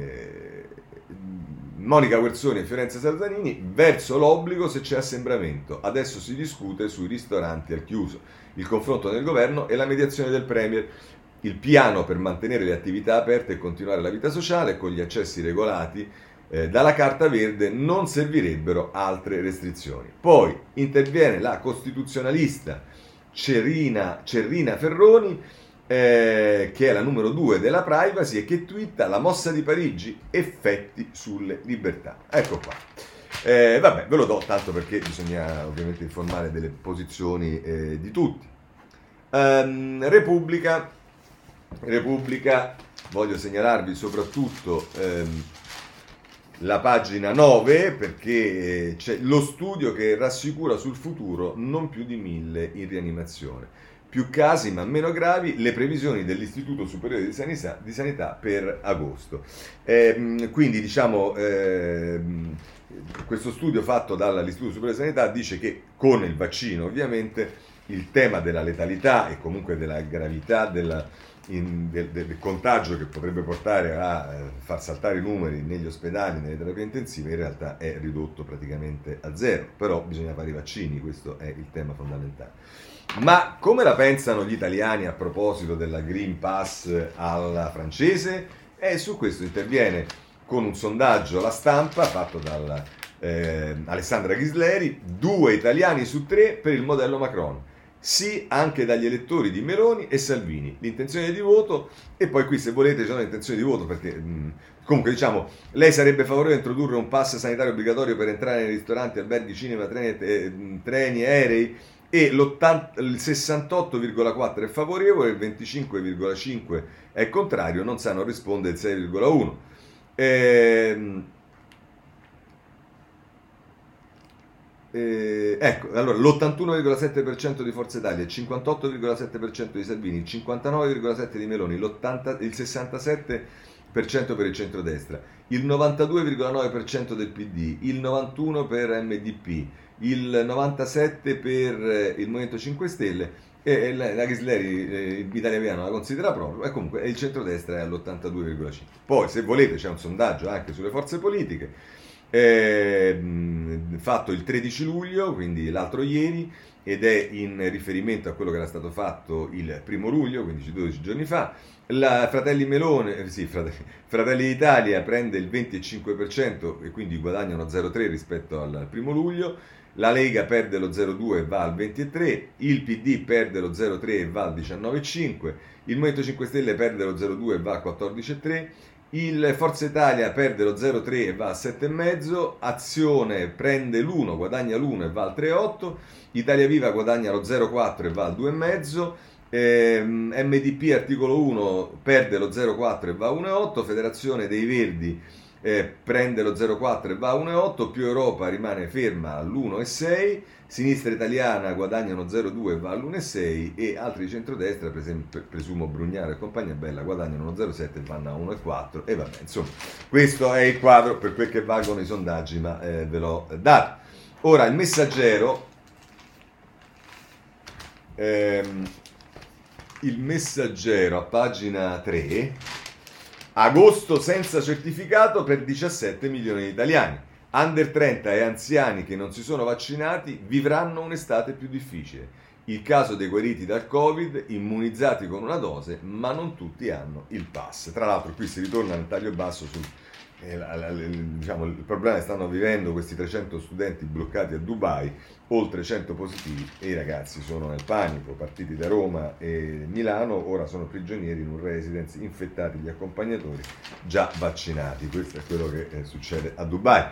Monica Guerzoni e Fiorenza Salzanini verso l'obbligo se c'è assembramento. Adesso si discute sui ristoranti al chiuso. Il confronto nel governo e la mediazione del Premier. Il piano per mantenere le attività aperte e continuare la vita sociale con gli accessi regolati eh, dalla Carta Verde non servirebbero altre restrizioni. Poi interviene la costituzionalista Cerina, Cerrina Ferroni, Eh, che è la numero due della privacy e che twitta la mossa di Parigi, effetti sulle libertà. Ecco qua. Eh, vabbè, ve lo do tanto perché bisogna ovviamente informare delle posizioni eh, di tutti. Um, Repubblica, Repubblica, voglio segnalarvi soprattutto ehm, la pagina nove perché c'è lo studio che rassicura sul futuro, non più di mille in rianimazione. Più casi ma meno gravi, le previsioni dell'Istituto Superiore di Sanità, di Sanità per agosto. Eh, quindi diciamo, eh, questo studio fatto dall'Istituto Superiore di Sanità dice che con il vaccino ovviamente il tema della letalità e comunque della gravità della, in, del, del contagio che potrebbe portare a eh, far saltare i numeri negli ospedali, nelle terapie intensive, in realtà è ridotto praticamente a zero. Però bisogna fare i vaccini, questo è il tema fondamentale. Ma come la pensano gli italiani a proposito della Green Pass alla francese? E su questo interviene con un sondaggio La Stampa fatto da eh, Alessandra Ghisleri, due italiani su tre per il modello Macron. sì anche dagli elettori di Meloni e Salvini. L'intenzione di voto, e poi qui se volete c'è un'intenzione di voto perché mh, comunque diciamo lei sarebbe favorevole a introdurre un pass sanitario obbligatorio per entrare nei ristoranti, alberghi, cinema, treni, eh, treni aerei, e il sessantotto virgola quattro è favorevole, il venticinque virgola cinque è contrario, non sa, non risponde il sei virgola uno. Ehm, Eh, ecco, allora l'ottantuno virgola sette per cento di Forza Italia, il cinquantotto virgola sette per cento di Salvini, il cinquantanove virgola sette per cento di Meloni, l'ottanta, il sessantasette per cento per il centrodestra, il novantadue virgola nove per cento del P D, il novantuno per cento per M D P, il novantasette per cento per il Movimento cinque Stelle e la, la Ghisleri, eh, Italia Viva non la considera proprio, e comunque il centrodestra è all'ottantadue virgola cinque per cento. Poi se volete c'è un sondaggio anche sulle forze politiche, Eh, fatto il tredici luglio, quindi l'altro ieri, ed è in riferimento a quello che era stato fatto il primo luglio, quindi dodici giorni fa. La Fratelli Melone, eh, sì, Fratelli, Fratelli d'Italia prende il venticinque per cento e quindi guadagnano zero virgola tre rispetto al primo luglio. La Lega perde lo zero virgola due e va al ventitré per cento, il P D perde lo zero virgola tre e va al diciannove virgola cinque per cento, il Movimento cinque Stelle perde lo zero virgola due e va al quattordici virgola tre per cento, il Forza Italia perde lo zero virgola tre e va a sette virgola cinque, Azione prende l'uno, guadagna l'uno e va al tre virgola otto, Italia Viva guadagna lo zero virgola quattro e va al due virgola cinque, ehm, M D P articolo uno perde lo zero virgola quattro e va a uno virgola otto, Federazione dei Verdi eh, prende lo zero virgola quattro e va a uno virgola otto, più Europa rimane ferma all'uno virgola sei, Sinistra Italiana guadagnano zero virgola due e va all'uno virgola sei, e altri di centrodestra, per esempio, presumo Brugnaro e compagnia bella, guadagnano uno zero virgola sette e vanno a uno virgola quattro, e vabbè, insomma, questo è il quadro per quel che valgono i sondaggi, ma eh, ve l'ho dato. Ora, il Messaggero, ehm, il Messaggero a pagina tre, agosto senza certificato per diciassette milioni di italiani. Under trenta e anziani che non si sono vaccinati vivranno un'estate più difficile. Il caso dei guariti dal Covid, immunizzati con una dose, ma non tutti hanno il pass. Tra l'altro qui si ritorna nel taglio basso sul eh, la, la, la, diciamo, il problema che stanno vivendo questi trecento studenti bloccati a Dubai, oltre cento positivi, e i ragazzi sono nel panico, partiti da Roma e Milano, ora sono prigionieri in un residence, infettati gli accompagnatori già vaccinati. Questo è quello che eh, succede a Dubai.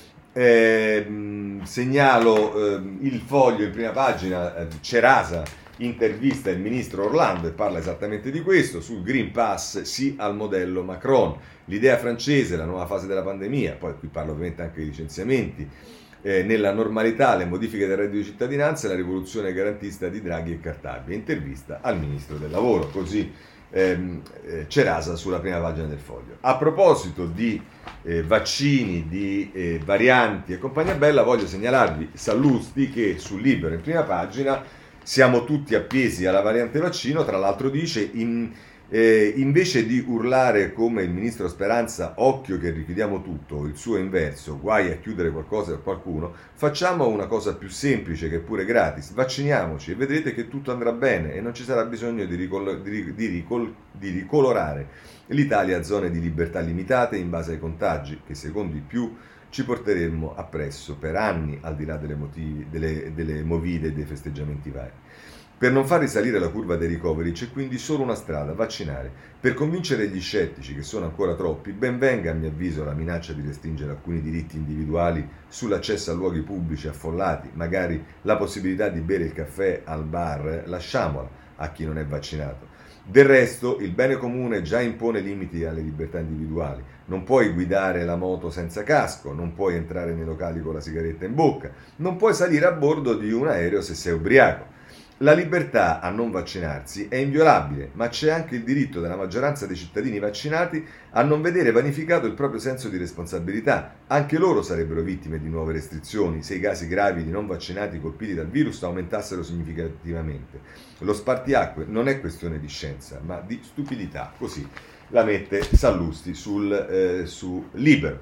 Eh, mh, segnalo eh, il Foglio in prima pagina, eh, Cerasa intervista il ministro Orlando e parla esattamente di questo, sul Green Pass sì al modello Macron, l'idea francese, la nuova fase della pandemia, poi qui parlo ovviamente anche di licenziamenti, eh, nella normalità, le modifiche del reddito di cittadinanza e la rivoluzione garantista di Draghi e Cartabia, intervista al ministro del lavoro, così ehm, eh, Cerasa sulla prima pagina del Foglio. A proposito di eh, vaccini, di eh, varianti e compagnia bella, voglio segnalarvi Sallusti che sul Libero in prima pagina, siamo tutti appesi alla variante vaccino, tra l'altro dice in, eh, invece di urlare come il ministro Speranza occhio che richiudiamo tutto, il suo inverso, guai a chiudere qualcosa o qualcuno, facciamo una cosa più semplice che è pure gratis, vacciniamoci e vedrete che tutto andrà bene e non ci sarà bisogno di, ricol- di, di, ricol- di ricolorare l'Italia a zone di libertà limitate in base ai contagi che secondo i più ci porteremmo appresso per anni, al di là delle, motivi, delle, delle movide e dei festeggiamenti vari. Per non far risalire la curva dei ricoveri c'è quindi solo una strada, vaccinare. Per convincere gli scettici, che sono ancora troppi, ben venga a mio avviso la minaccia di restringere alcuni diritti individuali sull'accesso a luoghi pubblici affollati, magari la possibilità di bere il caffè al bar, lasciamola a chi non è vaccinato. Del resto, il bene comune già impone limiti alle libertà individuali. Non puoi guidare la moto senza casco, non puoi entrare nei locali con la sigaretta in bocca, non puoi salire a bordo di un aereo se sei ubriaco. La libertà a non vaccinarsi è inviolabile, ma c'è anche il diritto della maggioranza dei cittadini vaccinati a non vedere vanificato il proprio senso di responsabilità. Anche loro sarebbero vittime di nuove restrizioni se i casi gravi di non vaccinati colpiti dal virus aumentassero significativamente. Lo spartiacque non è questione di scienza, ma di stupidità, così la mette Sallusti sul, eh, su Libero.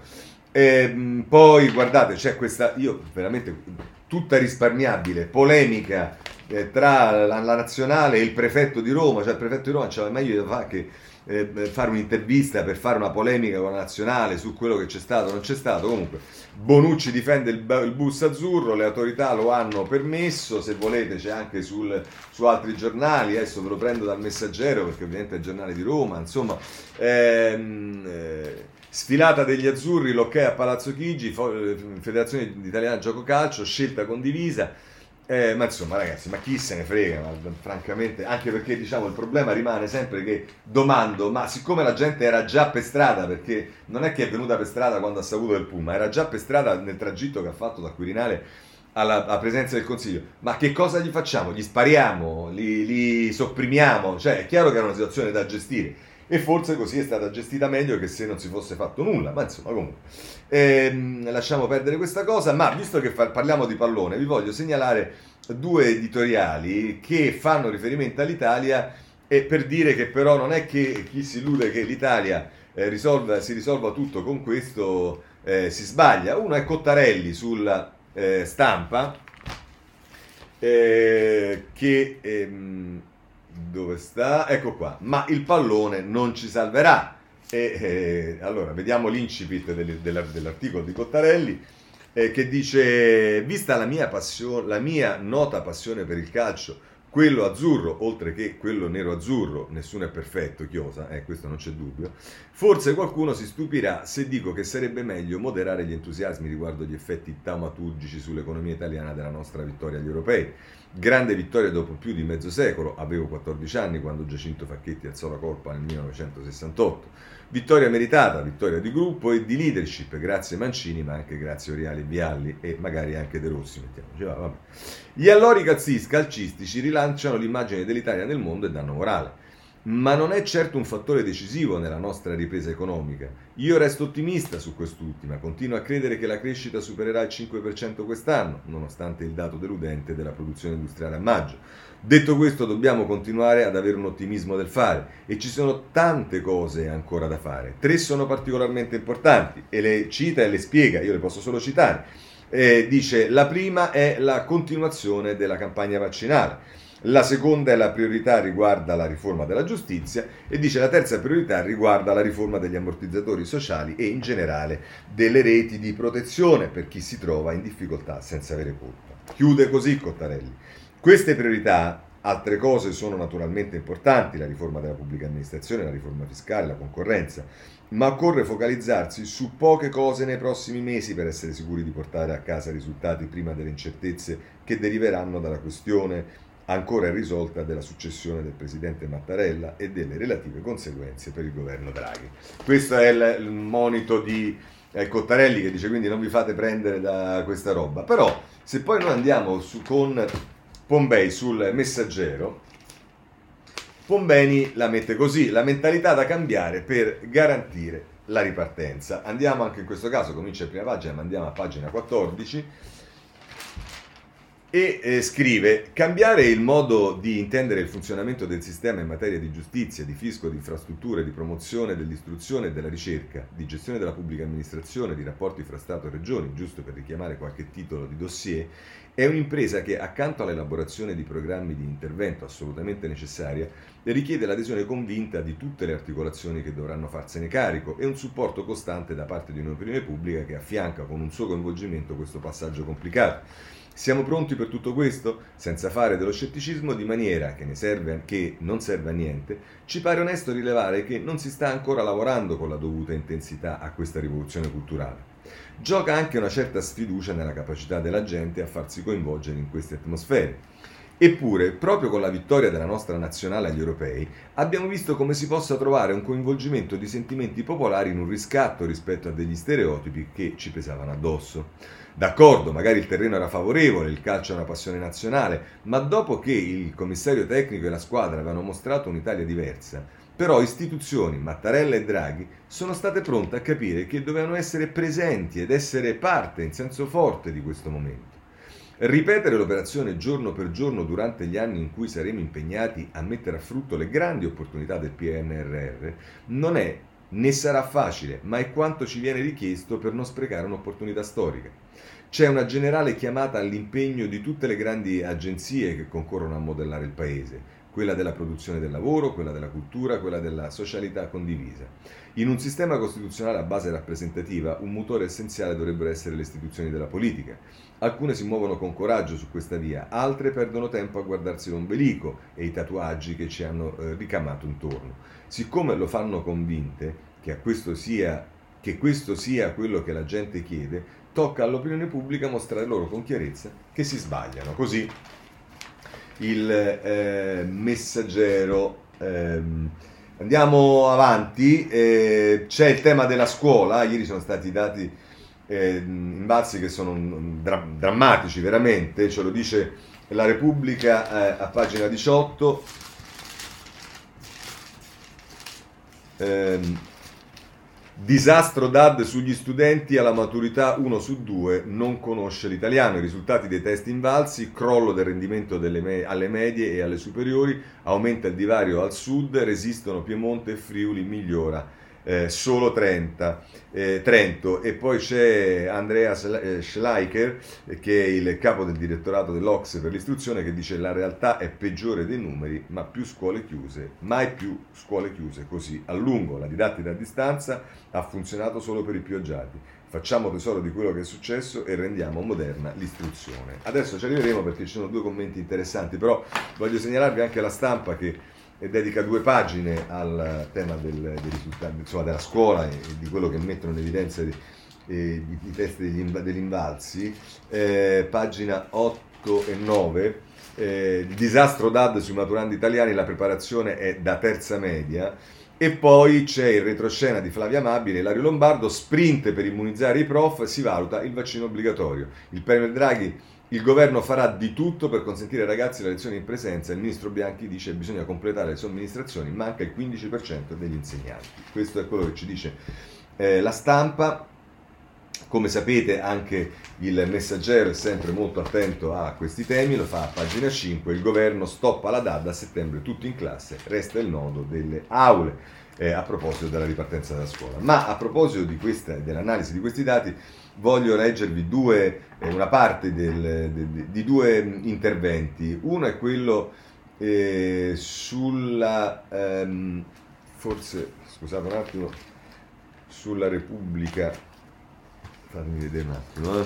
E, poi guardate, c'è questa, io veramente tutta risparmiabile, polemica eh, tra la, la nazionale e il prefetto di Roma, cioè il prefetto di Roma c'aveva meglio da fare che eh, fare un'intervista per fare una polemica con la nazionale su quello che c'è stato o non c'è stato. Comunque Bonucci difende il, il bus azzurro, le autorità lo hanno permesso, se volete c'è anche sul, su altri giornali, adesso ve lo prendo dal Messaggero perché ovviamente è il giornale di Roma, insomma, ehm, eh, sfilata degli azzurri, l'ok a Palazzo Chigi, Federazione Italiana Gioco Calcio, scelta condivisa. Eh, ma insomma ragazzi, ma chi se ne frega, ma, francamente, anche perché diciamo il problema rimane sempre che domando, ma siccome la gente era già per strada, perché non è che è venuta per strada quando ha saputo del Puma, era già per strada nel tragitto che ha fatto da Quirinale alla, alla presenza del Consiglio, ma che cosa gli facciamo? Gli spariamo? Li, li sopprimiamo? Cioè è chiaro che era una situazione da gestire. E forse così è stata gestita meglio che se non si fosse fatto nulla, ma insomma comunque ehm, lasciamo perdere questa cosa. Ma visto che fa- parliamo di pallone, vi voglio segnalare due editoriali che fanno riferimento all'Italia, e per dire che però non è che chi si illude che l'Italia eh, risolva, si risolva tutto con questo eh, si sbaglia. Uno è Cottarelli sulla eh, Stampa, eh, che ehm, dove sta? Ecco qua. Ma il pallone non ci salverà. E, eh, allora, vediamo l'incipit del, del, dell'articolo di Cottarelli, eh, che dice: vista la mia, passione, la mia nota passione per il calcio, quello azzurro, oltre che quello nero-azzurro, nessuno è perfetto, chiosa, eh, questo non c'è dubbio, forse qualcuno si stupirà se dico che sarebbe meglio moderare gli entusiasmi riguardo gli effetti taumaturgici sull'economia italiana della nostra vittoria agli europei. Grande vittoria dopo più di mezzo secolo, avevo quattordici anni quando Giacinto Facchetti alzò la colpa nel millenovecentosessantotto. Vittoria meritata, vittoria di gruppo e di leadership, grazie Mancini, ma anche grazie Oriali e Vialli e magari anche De Rossi, mettiamoci, va, vabbè. Gli allori calcistici rilanciano l'immagine dell'Italia nel mondo e danno morale, ma non è certo un fattore decisivo nella nostra ripresa economica. Io resto ottimista su quest'ultima, continuo a credere che la crescita supererà il cinque per cento quest'anno, nonostante il dato deludente della produzione industriale a maggio. Detto questo, dobbiamo continuare ad avere un ottimismo del fare e ci sono tante cose ancora da fare. Tre sono particolarmente importanti e le cita e le spiega, io le posso solo citare. Eh, dice: la prima è la continuazione della campagna vaccinale. La seconda è la priorità riguarda la riforma della giustizia e dice la terza priorità riguarda la riforma degli ammortizzatori sociali e in generale delle reti di protezione per chi si trova in difficoltà senza avere colpa. Chiude così Cottarelli. Queste priorità, altre cose sono naturalmente importanti, la riforma della pubblica amministrazione, la riforma fiscale, la concorrenza, ma occorre focalizzarsi su poche cose nei prossimi mesi per essere sicuri di portare a casa risultati prima delle incertezze che deriveranno dalla questione ancora irrisolta della successione del presidente Mattarella e delle relative conseguenze per il governo Draghi. Questo è il, il monito di eh, Cottarelli, che dice quindi non vi fate prendere da questa roba. Però se poi noi andiamo su, con Pompei sul Messaggero, Pombeni la mette così: la mentalità da cambiare per garantire la ripartenza. Andiamo anche in questo caso, comincia in prima pagina, ma andiamo a pagina quattordici. E eh, scrive: cambiare il modo di intendere il funzionamento del sistema in materia di giustizia, di fisco, di infrastrutture, di promozione dell'istruzione e della ricerca, di gestione della pubblica amministrazione, di rapporti fra Stato e Regioni, giusto per richiamare qualche titolo di dossier, è un'impresa che, accanto all'elaborazione di programmi di intervento assolutamente necessaria, richiede l'adesione convinta di tutte le articolazioni che dovranno farsene carico e un supporto costante da parte di un'opinione pubblica che affianca con un suo coinvolgimento questo passaggio complicato. Siamo pronti per tutto questo? Senza fare dello scetticismo di maniera che, ne serve, che non serve a niente, ci pare onesto rilevare che non si sta ancora lavorando con la dovuta intensità a questa rivoluzione culturale. Gioca anche una certa sfiducia nella capacità della gente a farsi coinvolgere in queste atmosfere. Eppure, proprio con la vittoria della nostra nazionale agli europei, abbiamo visto come si possa trovare un coinvolgimento di sentimenti popolari in un riscatto rispetto a degli stereotipi che ci pesavano addosso. D'accordo, magari il terreno era favorevole, il calcio è una passione nazionale, ma dopo che il commissario tecnico e la squadra avevano mostrato un'Italia diversa, però istituzioni, Mattarella e Draghi, sono state pronte a capire che dovevano essere presenti ed essere parte in senso forte di questo momento. Ripetere l'operazione giorno per giorno durante gli anni in cui saremo impegnati a mettere a frutto le grandi opportunità del P N R R non è né sarà facile, ma è quanto ci viene richiesto per non sprecare un'opportunità storica. C'è una generale chiamata all'impegno di tutte le grandi agenzie che concorrono a modellare il paese, quella della produzione del lavoro, quella della cultura, quella della socialità condivisa. In un sistema costituzionale a base rappresentativa, un motore essenziale dovrebbero essere le istituzioni della politica. Alcune si muovono con coraggio su questa via, altre perdono tempo a guardarsi l'ombelico e i tatuaggi che ci hanno eh, ricamato intorno. Siccome lo fanno convinte che, a questo sia, che questo sia quello che la gente chiede, tocca all'opinione pubblica mostrare loro con chiarezza che si sbagliano. Così il eh, Messaggero. Ehm, andiamo avanti, eh, c'è il tema della scuola. Ieri sono stati dati eh, invalsi che sono dra- drammatici veramente, ce lo dice la Repubblica eh, a pagina diciotto. Ehm, Disastro D A D sugli studenti alla maturità, uno su due non conosce l'italiano. I risultati dei test invalsi: crollo del rendimento delle me- alle medie e alle superiori, aumenta il divario al sud, resistono Piemonte e Friuli, migliora eh, solo trenta, eh, Trento. E poi c'è Andrea Schleicher, eh, che è il capo del direttorato dell'O C S E per l'istruzione, che dice: la realtà è peggiore dei numeri, ma più scuole chiuse, mai più scuole chiuse così a lungo. La didattica a distanza ha funzionato solo per i più agiati. Facciamo tesoro di quello che è successo e rendiamo moderna l'istruzione. Adesso ci arriveremo perché ci sono due commenti interessanti, però voglio segnalarvi anche la Stampa che dedica due pagine al tema del, dei risultati, insomma, della scuola e di quello che mettono in evidenza i, i, i test degli, degli invalsi. Eh, pagina otto e nove. Eh, il disastro D A D sui maturandi italiani, la preparazione è da terza media. E poi c'è il retroscena di Flavia Amabile e Ilario Lombardo: sprint per immunizzare i prof, si valuta il vaccino obbligatorio. Il premier Draghi: il governo farà di tutto per consentire ai ragazzi le lezioni in presenza. Il ministro Bianchi dice: bisogna completare le somministrazioni, manca il quindici per cento degli insegnanti. Questo è quello che ci dice eh, la Stampa. Come sapete, anche il Messaggero è sempre molto attento a questi temi, lo fa a pagina cinque. Il governo stoppa la D A D a settembre, tutti in classe, resta il nodo delle aule, eh, a proposito della ripartenza della scuola. Ma a proposito di questa, dell'analisi di questi dati, voglio leggervi due, eh, una parte del, de, de, di due interventi. Uno è quello eh, sulla, ehm, forse, scusate un attimo, sulla Repubblica. Fatemi vedere un attimo. Eh.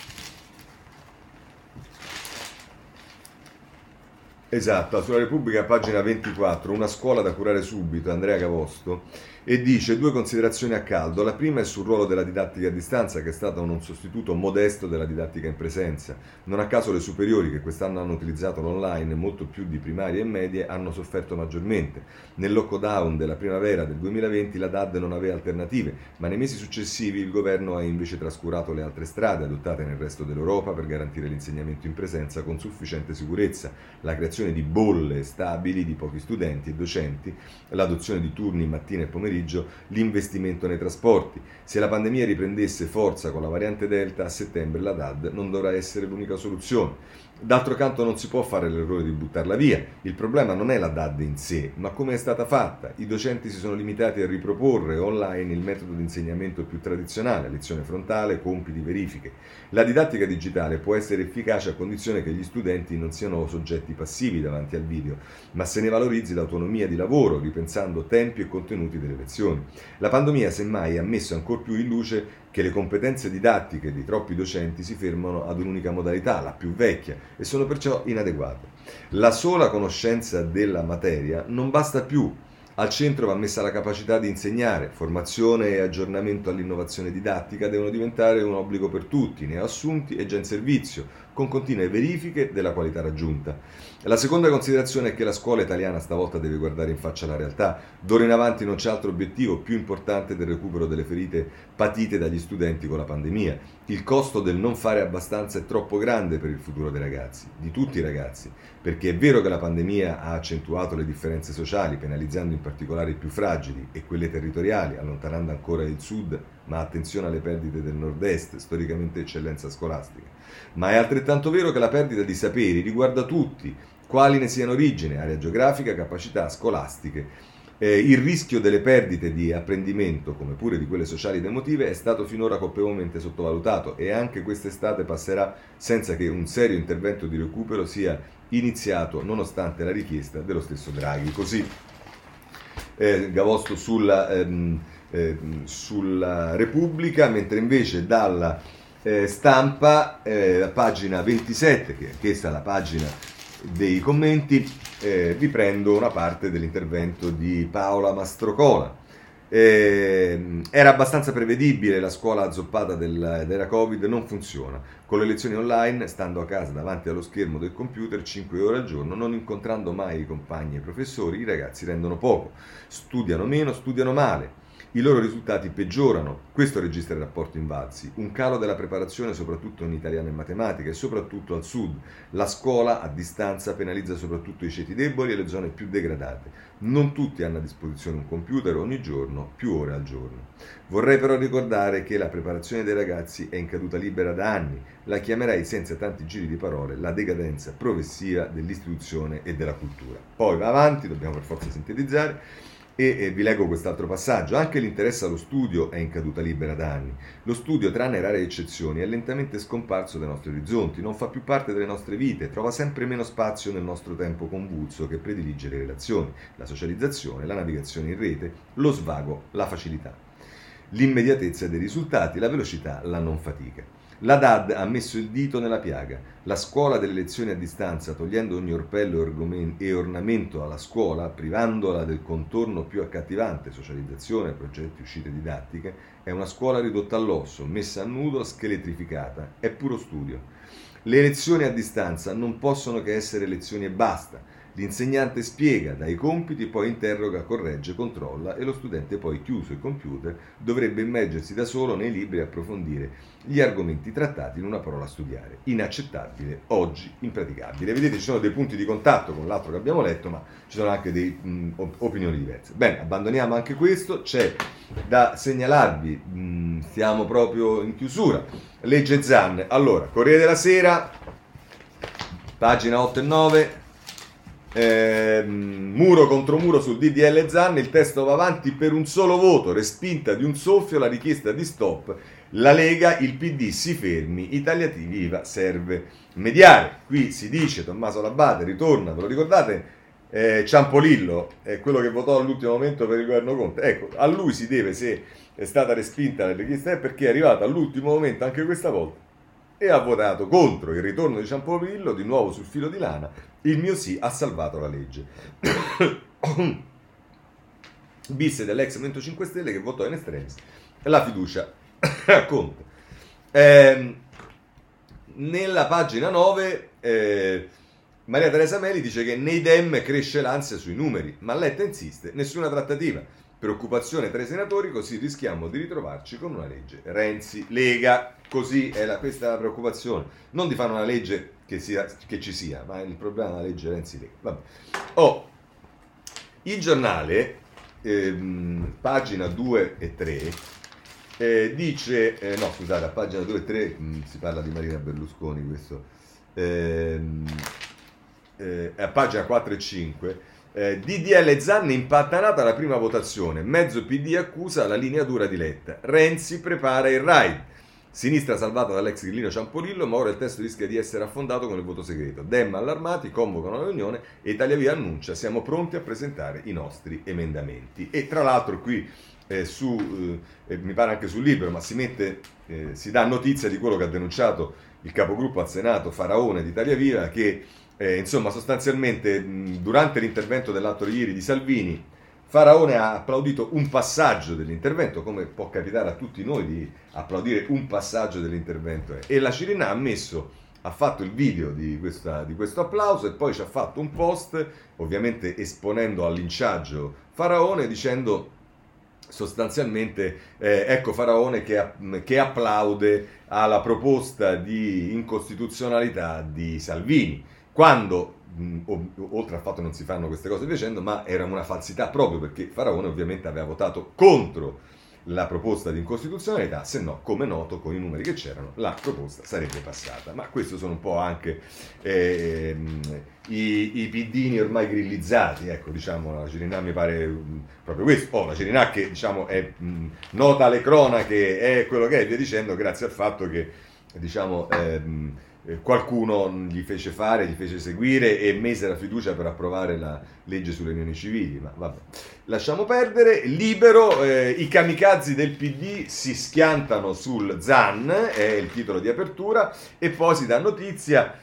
Esatto, sulla Repubblica, pagina ventiquattro, una scuola da curare subito, Andrea Cavosto, e dice due considerazioni a caldo. La prima è sul ruolo della didattica a distanza, che è stata un sostituto modesto della didattica in presenza. Non a caso le superiori, che quest'anno hanno utilizzato l'online molto più di primarie e medie, hanno sofferto maggiormente. Nel lockdown della primavera del duemilaventi la D A D non aveva alternative, ma nei mesi successivi il governo ha invece trascurato le altre strade adottate nel resto dell'Europa per garantire l'insegnamento in presenza con sufficiente sicurezza, la creazione di bolle stabili di pochi studenti e docenti, l'adozione di turni mattina e pomeriggio, l'investimento nei trasporti. Se la pandemia riprendesse forza con la variante Delta, a settembre la D A D non dovrà essere l'unica soluzione. D'altro canto non si può fare l'errore di buttarla via. Il problema non è la D A D in sé, ma come è stata fatta. I docenti si sono limitati a riproporre online il metodo di insegnamento più tradizionale, lezione frontale, compiti, verifiche. La didattica digitale può essere efficace a condizione che gli studenti non siano soggetti passivi davanti al video, ma se ne valorizzi l'autonomia di lavoro, ripensando tempi e contenuti delle lezioni. La pandemia, semmai, ha messo ancor più in luce che le competenze didattiche di troppi docenti si fermano ad un'unica modalità, la più vecchia, e sono perciò inadeguate. La sola conoscenza della materia non basta più. Al centro va messa la capacità di insegnare. Formazione e aggiornamento all'innovazione didattica devono diventare un obbligo per tutti, neoassunti e già in servizio, con continue verifiche della qualità raggiunta. La seconda considerazione è che la scuola italiana stavolta deve guardare in faccia la realtà. D'ora in avanti non c'è altro obiettivo più importante del recupero delle ferite patite dagli studenti con la pandemia. Il costo del non fare abbastanza è troppo grande per il futuro dei ragazzi, di tutti i ragazzi, perché è vero che la pandemia ha accentuato le differenze sociali, penalizzando in particolare i più fragili e quelle territoriali, allontanando ancora il sud, ma attenzione alle perdite del nord-est, storicamente eccellenza scolastica. Ma è altrettanto vero che la perdita di saperi riguarda tutti, quali ne siano origine, area geografica, capacità scolastiche. Eh, il rischio delle perdite di apprendimento, come pure di quelle sociali ed emotive, è stato finora colpevolmente sottovalutato e anche quest'estate passerà senza che un serio intervento di recupero sia iniziato, nonostante la richiesta dello stesso Draghi. Così eh, Gavosto sulla, ehm, eh, sulla Repubblica, mentre invece dalla eh, Stampa, eh, pagina ventisette, che è questa la pagina dei commenti, eh, vi prendo una parte dell'intervento di Paola Mastrocola. Eh, era abbastanza prevedibile, la scuola azzoppata del, della Covid non funziona. Con le lezioni online, stando a casa davanti allo schermo del computer cinque ore al giorno, non incontrando mai i compagni e i professori, i ragazzi rendono poco, studiano meno, studiano male. I loro risultati peggiorano, questo registra il rapporto Invalsi, un calo della preparazione soprattutto in italiano e matematica e soprattutto al sud. La scuola a distanza penalizza soprattutto i ceti deboli e le zone più degradate. Non tutti hanno a disposizione un computer ogni giorno, più ore al giorno. Vorrei però ricordare che la preparazione dei ragazzi è in caduta libera da anni, la chiamerei senza tanti giri di parole la decadenza progressiva dell'istituzione e della cultura. Poi va avanti, dobbiamo per forza sintetizzare. E, e vi leggo quest'altro passaggio. Anche l'interesse allo studio è in caduta libera da anni. Lo studio, tranne rare eccezioni, è lentamente scomparso dai nostri orizzonti, non fa più parte delle nostre vite, trova sempre meno spazio nel nostro tempo convulso che predilige le relazioni, la socializzazione, la navigazione in rete, lo svago, la facilità, l'immediatezza dei risultati, la velocità, la non fatica. La D A D ha messo il dito nella piaga. La scuola delle lezioni a distanza, togliendo ogni orpello e ornamento alla scuola, privandola del contorno più accattivante, socializzazione, progetti, uscite didattiche, è una scuola ridotta all'osso, messa a nudo, scheletrificata. È puro studio. Le lezioni a distanza non possono che essere lezioni e basta. L'insegnante spiega, dà i compiti, poi interroga, corregge, controlla e lo studente poi, chiuso il computer, dovrebbe immergersi da solo nei libri e approfondire gli argomenti trattati in una parola studiare. Inaccettabile, oggi impraticabile. Vedete, ci sono dei punti di contatto con l'altro che abbiamo letto, ma ci sono anche delle opinioni diverse. Bene, abbandoniamo anche questo. C'è da segnalarvi, mh, stiamo proprio in chiusura, legge Zan. Allora, Corriere della Sera, pagina otto e nove. Eh, muro contro muro sul D D L Zan, il testo va avanti per un solo voto, respinta di un soffio la richiesta di stop, la Lega, il P D si fermi, Italia Viva serve mediare. Qui si dice, Tommaso Labate ritorna, ve lo ricordate, eh, Ciampolillo è quello che votò all'ultimo momento per il governo Conte, ecco, a lui si deve, se è stata respinta la richiesta, è perché è arrivato all'ultimo momento anche questa volta e ha votato contro il ritorno di Ciampolillo, di nuovo sul filo di lana. Il mio sì ha salvato la legge. Bis dell'ex Movimento cinque Stelle che votò in estremis la fiducia a Conte. Eh, nella pagina nove eh, Maria Teresa Meli dice che nei Dem cresce l'ansia sui numeri, ma Letta insiste, nessuna trattativa. Preoccupazione tra i senatori, così rischiamo di ritrovarci con una legge Renzi Lega. Così è la, questa è la preoccupazione, non di fare una legge che, sia, che ci sia, ma il problema della legge Renzi Lega. Vabbè. Oh, il giornale, ehm, pagina due e tre, eh, dice, eh, no scusate, a pagina due e tre mh, si parla di Marina Berlusconi, questo, ehm, eh, a pagina quattro e cinque, eh, D D L Zan impattanata la prima votazione, mezzo P D accusa la linea dura di Letta, Renzi prepara il raid. Sinistra salvata dall'ex grillino Ciampolillo, ma ora il testo rischia di essere affondato con il voto segreto. Dem allarmati, convocano la riunione e Italia Viva annuncia siamo pronti a presentare i nostri emendamenti. E tra l'altro qui eh, su, eh, mi pare anche sul Libero, ma si mette, eh, si dà notizia di quello che ha denunciato il capogruppo al Senato Faraone di Italia Viva, che eh, insomma sostanzialmente mh, durante l'intervento dell'altro ieri di Salvini, Faraone ha applaudito un passaggio dell'intervento, come può capitare a tutti noi di applaudire un passaggio dell'intervento, e la Cirinà ha messo, ha fatto il video di, questa, di questo applauso e poi ci ha fatto un post, ovviamente esponendo al linciaggio Faraone, dicendo sostanzialmente eh, ecco Faraone che, che applaude alla proposta di incostituzionalità di Salvini, quando oltre al fatto che non si fanno queste cose dicendo, ma era una falsità proprio perché Faraone ovviamente aveva votato contro la proposta di incostituzionalità, se no, come noto, con i numeri che c'erano, la proposta sarebbe passata. Ma questo sono un po' anche eh, i, i piddini ormai grillizzati, ecco, diciamo, la Cirinà mi pare mh, proprio questo. Oh, la Cirinà che, diciamo, è mh, nota alle cronache, è quello che è, via dicendo, grazie al fatto che, diciamo, ehm, eh, qualcuno gli fece fare, gli fece seguire e mise la fiducia per approvare la legge sulle unioni civili, ma vabbè. Lasciamo perdere. Libero, eh, i kamikazi del P D si schiantano sul Zan, è il titolo di apertura, e poi si dà notizia,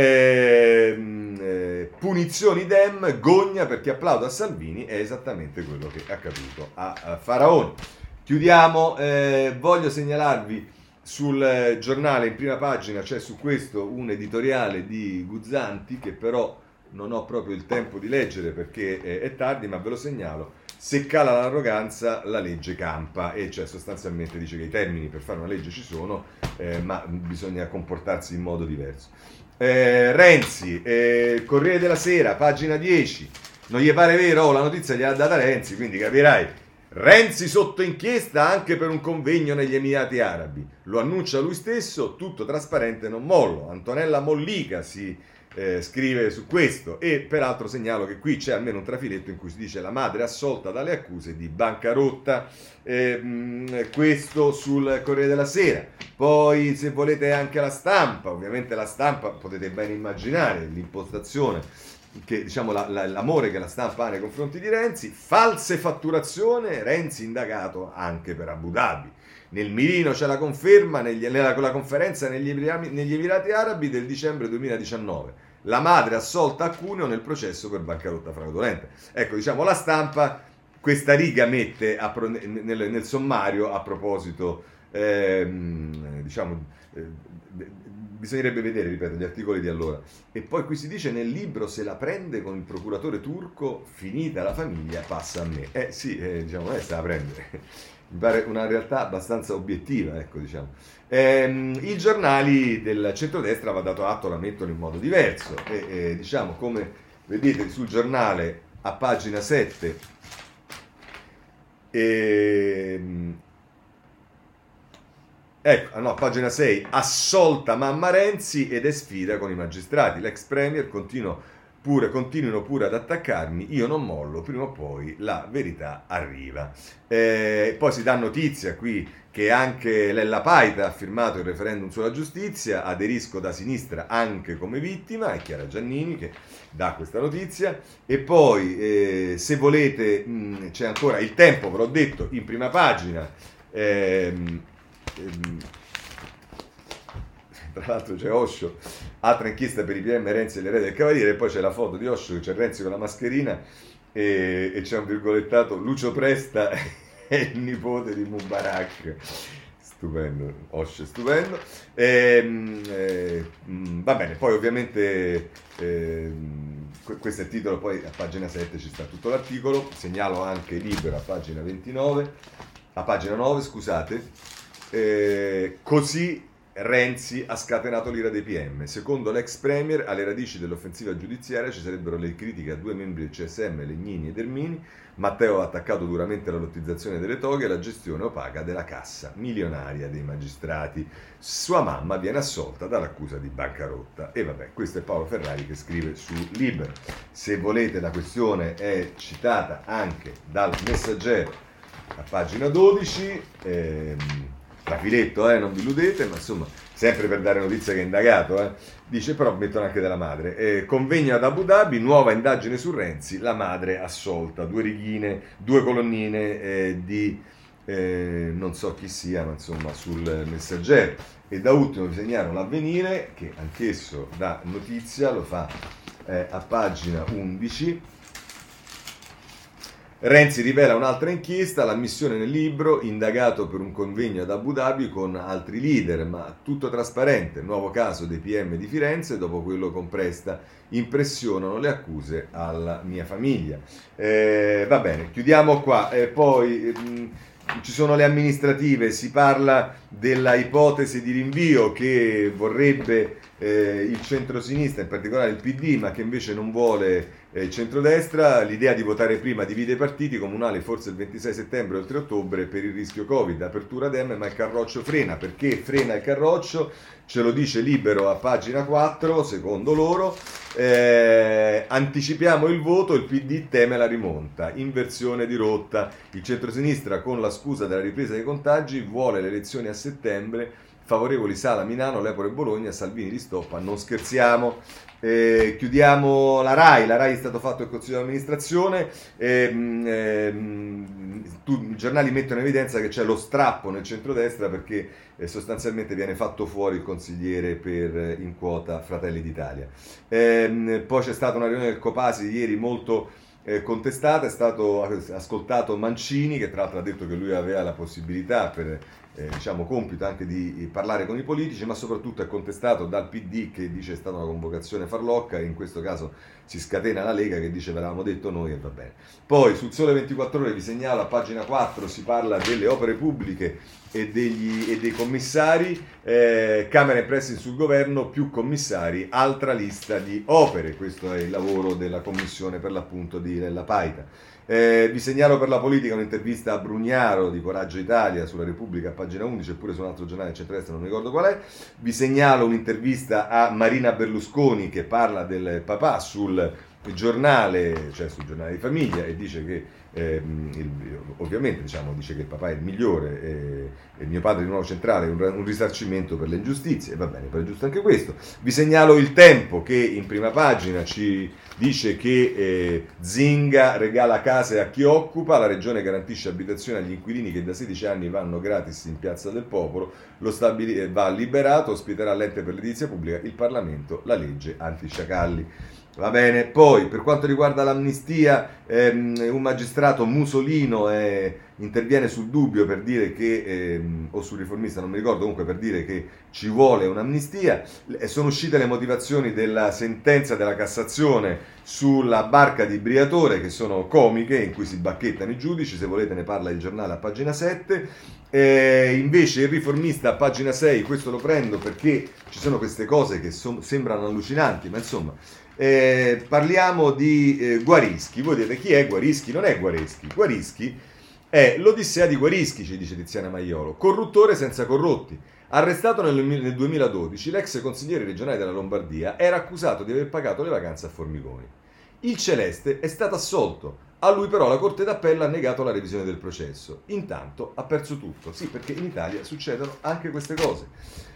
eh, eh, punizioni Dem, gogna perché applaudo a Salvini, è esattamente quello che è accaduto a, a Faraoni. Chiudiamo, eh, voglio segnalarvi sul eh, giornale in prima pagina c'è su questo un editoriale di Guzzanti che però non ho proprio il tempo di leggere perché è, è tardi, ma ve lo segnalo. Se cala l'arroganza la legge campa, e cioè sostanzialmente dice che i termini per fare una legge ci sono, eh, ma bisogna comportarsi in modo diverso. Eh, Renzi, eh, Corriere della Sera, pagina dieci, non gli pare vero? Oh, la notizia gliel'ha data Renzi, quindi capirai. Renzi sotto inchiesta anche per un convegno negli Emirati Arabi, lo annuncia lui stesso, tutto trasparente, non mollo. Antonella Mollica si eh, scrive su questo, e peraltro segnalo che qui c'è almeno un trafiletto in cui si dice la madre assolta dalle accuse di bancarotta, eh, mh, questo sul Corriere della Sera. Poi se volete anche la Stampa, ovviamente la Stampa potete ben immaginare l'impostazione, che diciamo la, la, l'amore che la Stampa ha nei confronti di Renzi. False fatturazione, Renzi indagato anche per Abu Dhabi. Nel mirino c'è la conferma negli, nella la conferenza negli Emirati, negli Emirati Arabi del dicembre duemiladiciannove. La madre assolta a Cuneo nel processo per bancarotta fraudolenta. Ecco, diciamo, la Stampa questa riga mette a, nel, nel sommario a proposito, ehm, diciamo, eh, bisognerebbe vedere, ripeto, gli articoli di allora. E poi qui si dice nel libro se la prende con il procuratore turco, finita la famiglia passa a me. Eh sì, eh, diciamo, eh, se la prende. Mi pare una realtà abbastanza obiettiva, ecco, diciamo. Ehm, I giornali del centrodestra, va dato atto, la mettono in modo diverso. E, e diciamo, come vedete sul giornale a pagina sette, ehm, ecco, no, pagina sei, assolta mamma Renzi ed è sfida con i magistrati. L'ex premier continua pure, continuino pure ad attaccarmi, io non mollo, prima o poi la verità arriva. Eh, poi si dà notizia qui che anche Lella Paita ha firmato il referendum sulla giustizia, aderisco da sinistra anche come vittima, è Chiara Giannini che dà questa notizia. E poi, eh, se volete, mh, c'è ancora Il Tempo, ve l'ho detto, in prima pagina. Ehm, Tra l'altro c'è Osho, altra inchiesta per i P M Renzi e l'erede del Cavaliere, e poi c'è la foto di Osho, c'è Renzi con la mascherina e, e c'è un virgolettato, Lucio Presta è il nipote di Mubarak. Stupendo, Osho è stupendo. E, eh, va bene, poi ovviamente eh, questo è il titolo, poi a pagina sette ci sta tutto l'articolo. Segnalo anche Libero a pagina ventinove, a pagina nove, scusate. Eh, così Renzi ha scatenato l'ira dei P M. Secondo l'ex premier, alle radici dell'offensiva giudiziaria ci sarebbero le critiche a due membri del C S M, Legnini ed Ermini. Matteo ha attaccato duramente la lottizzazione delle toghe e la gestione opaca della cassa milionaria dei magistrati. Sua mamma viene assolta dall'accusa di bancarotta. E vabbè, questo è Paolo Ferrari che scrive su Libero. Se volete, la questione è citata anche dal Messaggero a pagina dodici. Ehm, trafiletto, eh, non vi illudete, ma insomma, sempre per dare notizia che è indagato, eh. Dice, però mettono anche della madre. Eh, convegno ad Abu Dhabi, nuova indagine su Renzi, la madre assolta. Due righine, due colonnine eh, di eh, non so chi sia, ma insomma, sul Messaggero. E da ultimo vi segnalo l'Avvenire, che anch'esso dà notizia, lo fa eh, a pagina undici. Renzi rivela un'altra inchiesta, l'ammissione nel libro, indagato per un convegno ad Abu Dhabi con altri leader, ma tutto trasparente. Nuovo caso dei P M di Firenze, dopo quello con Presta, impressionano le accuse alla mia famiglia. Eh, va bene, chiudiamo qua. Eh, poi, mh, ci sono le amministrative, si parla della ipotesi di rinvio che vorrebbe eh, il centro-sinistra, in particolare il P D, ma che invece non vuole eh, il centrodestra. L'idea di votare prima divide i partiti, comunali forse il ventisei settembre o il tre ottobre per il rischio Covid, apertura Dem, ma il Carroccio frena. Perché frena il Carroccio? Ce lo dice Libero a pagina quattro, secondo loro. Eh, anticipiamo il voto, il P D teme la rimonta, inversione di rotta. Il centrosinistra, con la scusa della ripresa dei contagi, vuole le elezioni a settembre, favorevoli Sala, Milano, Lepore e Bologna, Salvini li stoppa, non scherziamo. Eh, chiudiamo la RAI. La RAI è stato fatto il consiglio di amministrazione. ehm, ehm, tu, i giornali mettono in evidenza che c'è lo strappo nel centrodestra perché eh, sostanzialmente viene fatto fuori il consigliere per eh, in quota Fratelli d'Italia. Ehm, poi c'è stata una riunione del Copasi ieri molto eh, contestata, è stato ascoltato Mancini, che tra l'altro ha detto che lui aveva la possibilità per Eh, diciamo compito anche di parlare con i politici, ma soprattutto è contestato dal P D, che dice è stata una convocazione farlocca, e in questo caso si scatena la Lega che dice ve l'avevamo detto noi e va bene. Poi sul Sole ventiquattro Ore vi segnalo a pagina quattro, si parla delle opere pubbliche e, degli, e dei commissari. eh, Camera e pressing sul governo, più commissari, altra lista di opere. Questo è il lavoro della commissione per l'appunto di Lella Paita. Eh, vi segnalo per la politica un'intervista a Brugnaro di Coraggio Italia sulla Repubblica a pagina undici, eppure su un altro giornale del centrodestra, non mi ricordo qual è. Vi segnalo un'intervista a Marina Berlusconi che parla del papà sul giornale, cioè sul giornale di famiglia, e dice che eh, il, ovviamente diciamo, dice che il papà è il migliore e, e il mio padre di nuovo centrale è un, un risarcimento per le ingiustizie, e va bene, però è giusto anche questo. Vi segnalo Il Tempo che in prima pagina ci dice che eh, Zinga regala case a chi occupa, la regione garantisce abitazione agli inquilini che da sedici anni vanno gratis in Piazza del Popolo, lo stabili- va liberato, ospiterà l'ente per l'edilizia pubblica, il Parlamento, la legge anti-sciacalli. Va bene, poi per quanto riguarda l'amnistia, ehm, un magistrato Musolino eh, interviene sul Dubbio per dire che, ehm, o sul Riformista, non mi ricordo, comunque per dire che ci vuole un'amnistia. E sono uscite le motivazioni della sentenza della Cassazione sulla barca di Briatore, che sono comiche, in cui si bacchettano i giudici, se volete ne parla il giornale a pagina sette. Eh, invece il Riformista a pagina sei, questo lo prendo perché ci sono queste cose che so- sembrano allucinanti, ma insomma... Eh, parliamo di eh, Guarischi. Voi dite chi è Guarischi? Non è Guareschi. Guarischi è l'Odissea di Guarischi, ci dice Tiziana Maiolo, corruttore senza corrotti. Arrestato nel, nel duemiladodici, l'ex consigliere regionale della Lombardia era accusato di aver pagato le vacanze a Formigoni. Il Celeste è stato assolto. A lui però la Corte d'Appello ha negato la revisione del processo. Intanto ha perso tutto. Sì, perché in Italia succedono anche queste cose.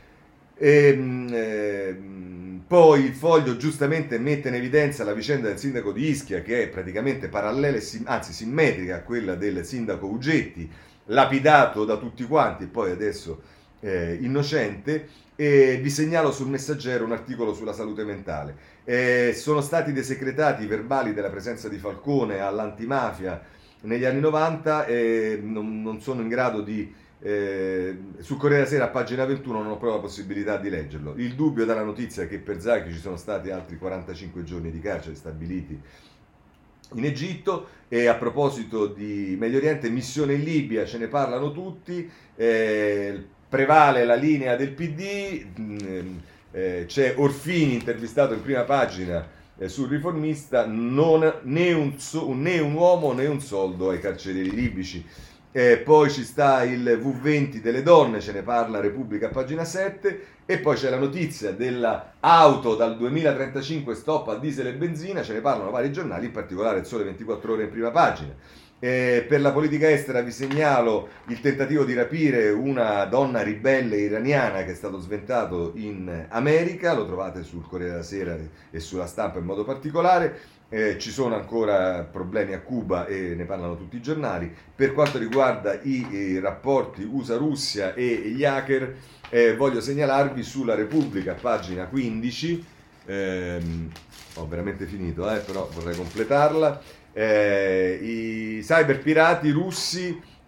Ehm, ehm, poi il Foglio giustamente mette in evidenza la vicenda del sindaco di Ischia, che è praticamente parallela e sim- anzi simmetrica a quella del sindaco Ugetti, lapidato da tutti quanti e poi adesso eh, innocente. E vi segnalo sul Messaggero un articolo sulla salute mentale. Eh, sono stati desecretati i verbali della presenza di Falcone all'antimafia negli anni novanta e non, non sono in grado di Eh, sul Corriere della Sera a pagina ventuno non ho proprio la possibilità di leggerlo. Il dubbio dalla notizia che per Zaki ci sono stati altri quarantacinque giorni di carcere stabiliti in Egitto. E a proposito di Medio Oriente, missione in Libia, ce ne parlano tutti. eh, prevale la linea del P D. eh, c'è Orfini intervistato in prima pagina eh, sul Riformista, non, né, un so, né un uomo né un soldo ai carcerieri libici. Eh, poi ci sta il vu venti delle donne, ce ne parla Repubblica a pagina sette, e poi c'è la notizia dell'auto dal duemilatrentacinque stop a diesel e benzina, ce ne parlano vari giornali, in particolare il Sole ventiquattro Ore in prima pagina. Eh, per la politica estera vi segnalo il tentativo di rapire una donna ribelle iraniana che è stato sventato in America, lo trovate sul Corriere della Sera e sulla Stampa in modo particolare. Eh, ci sono ancora problemi a Cuba e ne parlano tutti i giornali. Per quanto riguarda i, i rapporti U S A-Russia e gli hacker, eh, voglio segnalarvi sulla Repubblica, pagina quindici, ehm, ho veramente finito, eh, però vorrei completarla, eh, i cyberpirati russi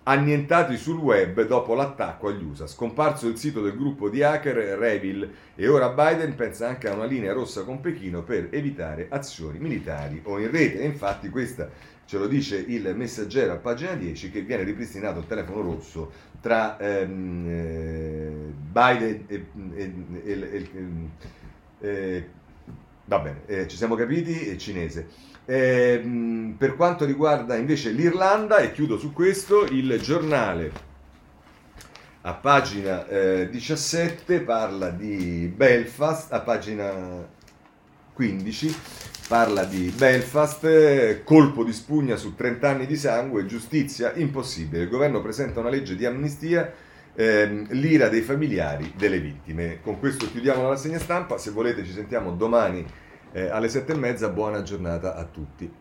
annientati sul web dopo l'attacco agli U S A. Scomparso il sito del gruppo di hacker Revil e ora Biden pensa anche a una linea rossa con Pechino per evitare azioni militari o in rete. E infatti questa ce lo dice il Messaggero a pagina dieci, che viene ripristinato il telefono rosso tra ehm, eh, Biden e... e, e, e, e eh, va bene, eh, ci siamo capiti, è cinese. Eh, per quanto riguarda invece l'Irlanda, e chiudo su questo, il Giornale a pagina eh, diciassette parla di Belfast, a pagina quindici parla di Belfast, eh, colpo di spugna su trenta anni di sangue, giustizia impossibile, il governo presenta una legge di amnistia, ehm, l'ira dei familiari delle vittime. Con questo chiudiamo la rassegna stampa, se volete ci sentiamo domani Eh, alle sette e mezza. Buona giornata a tutti.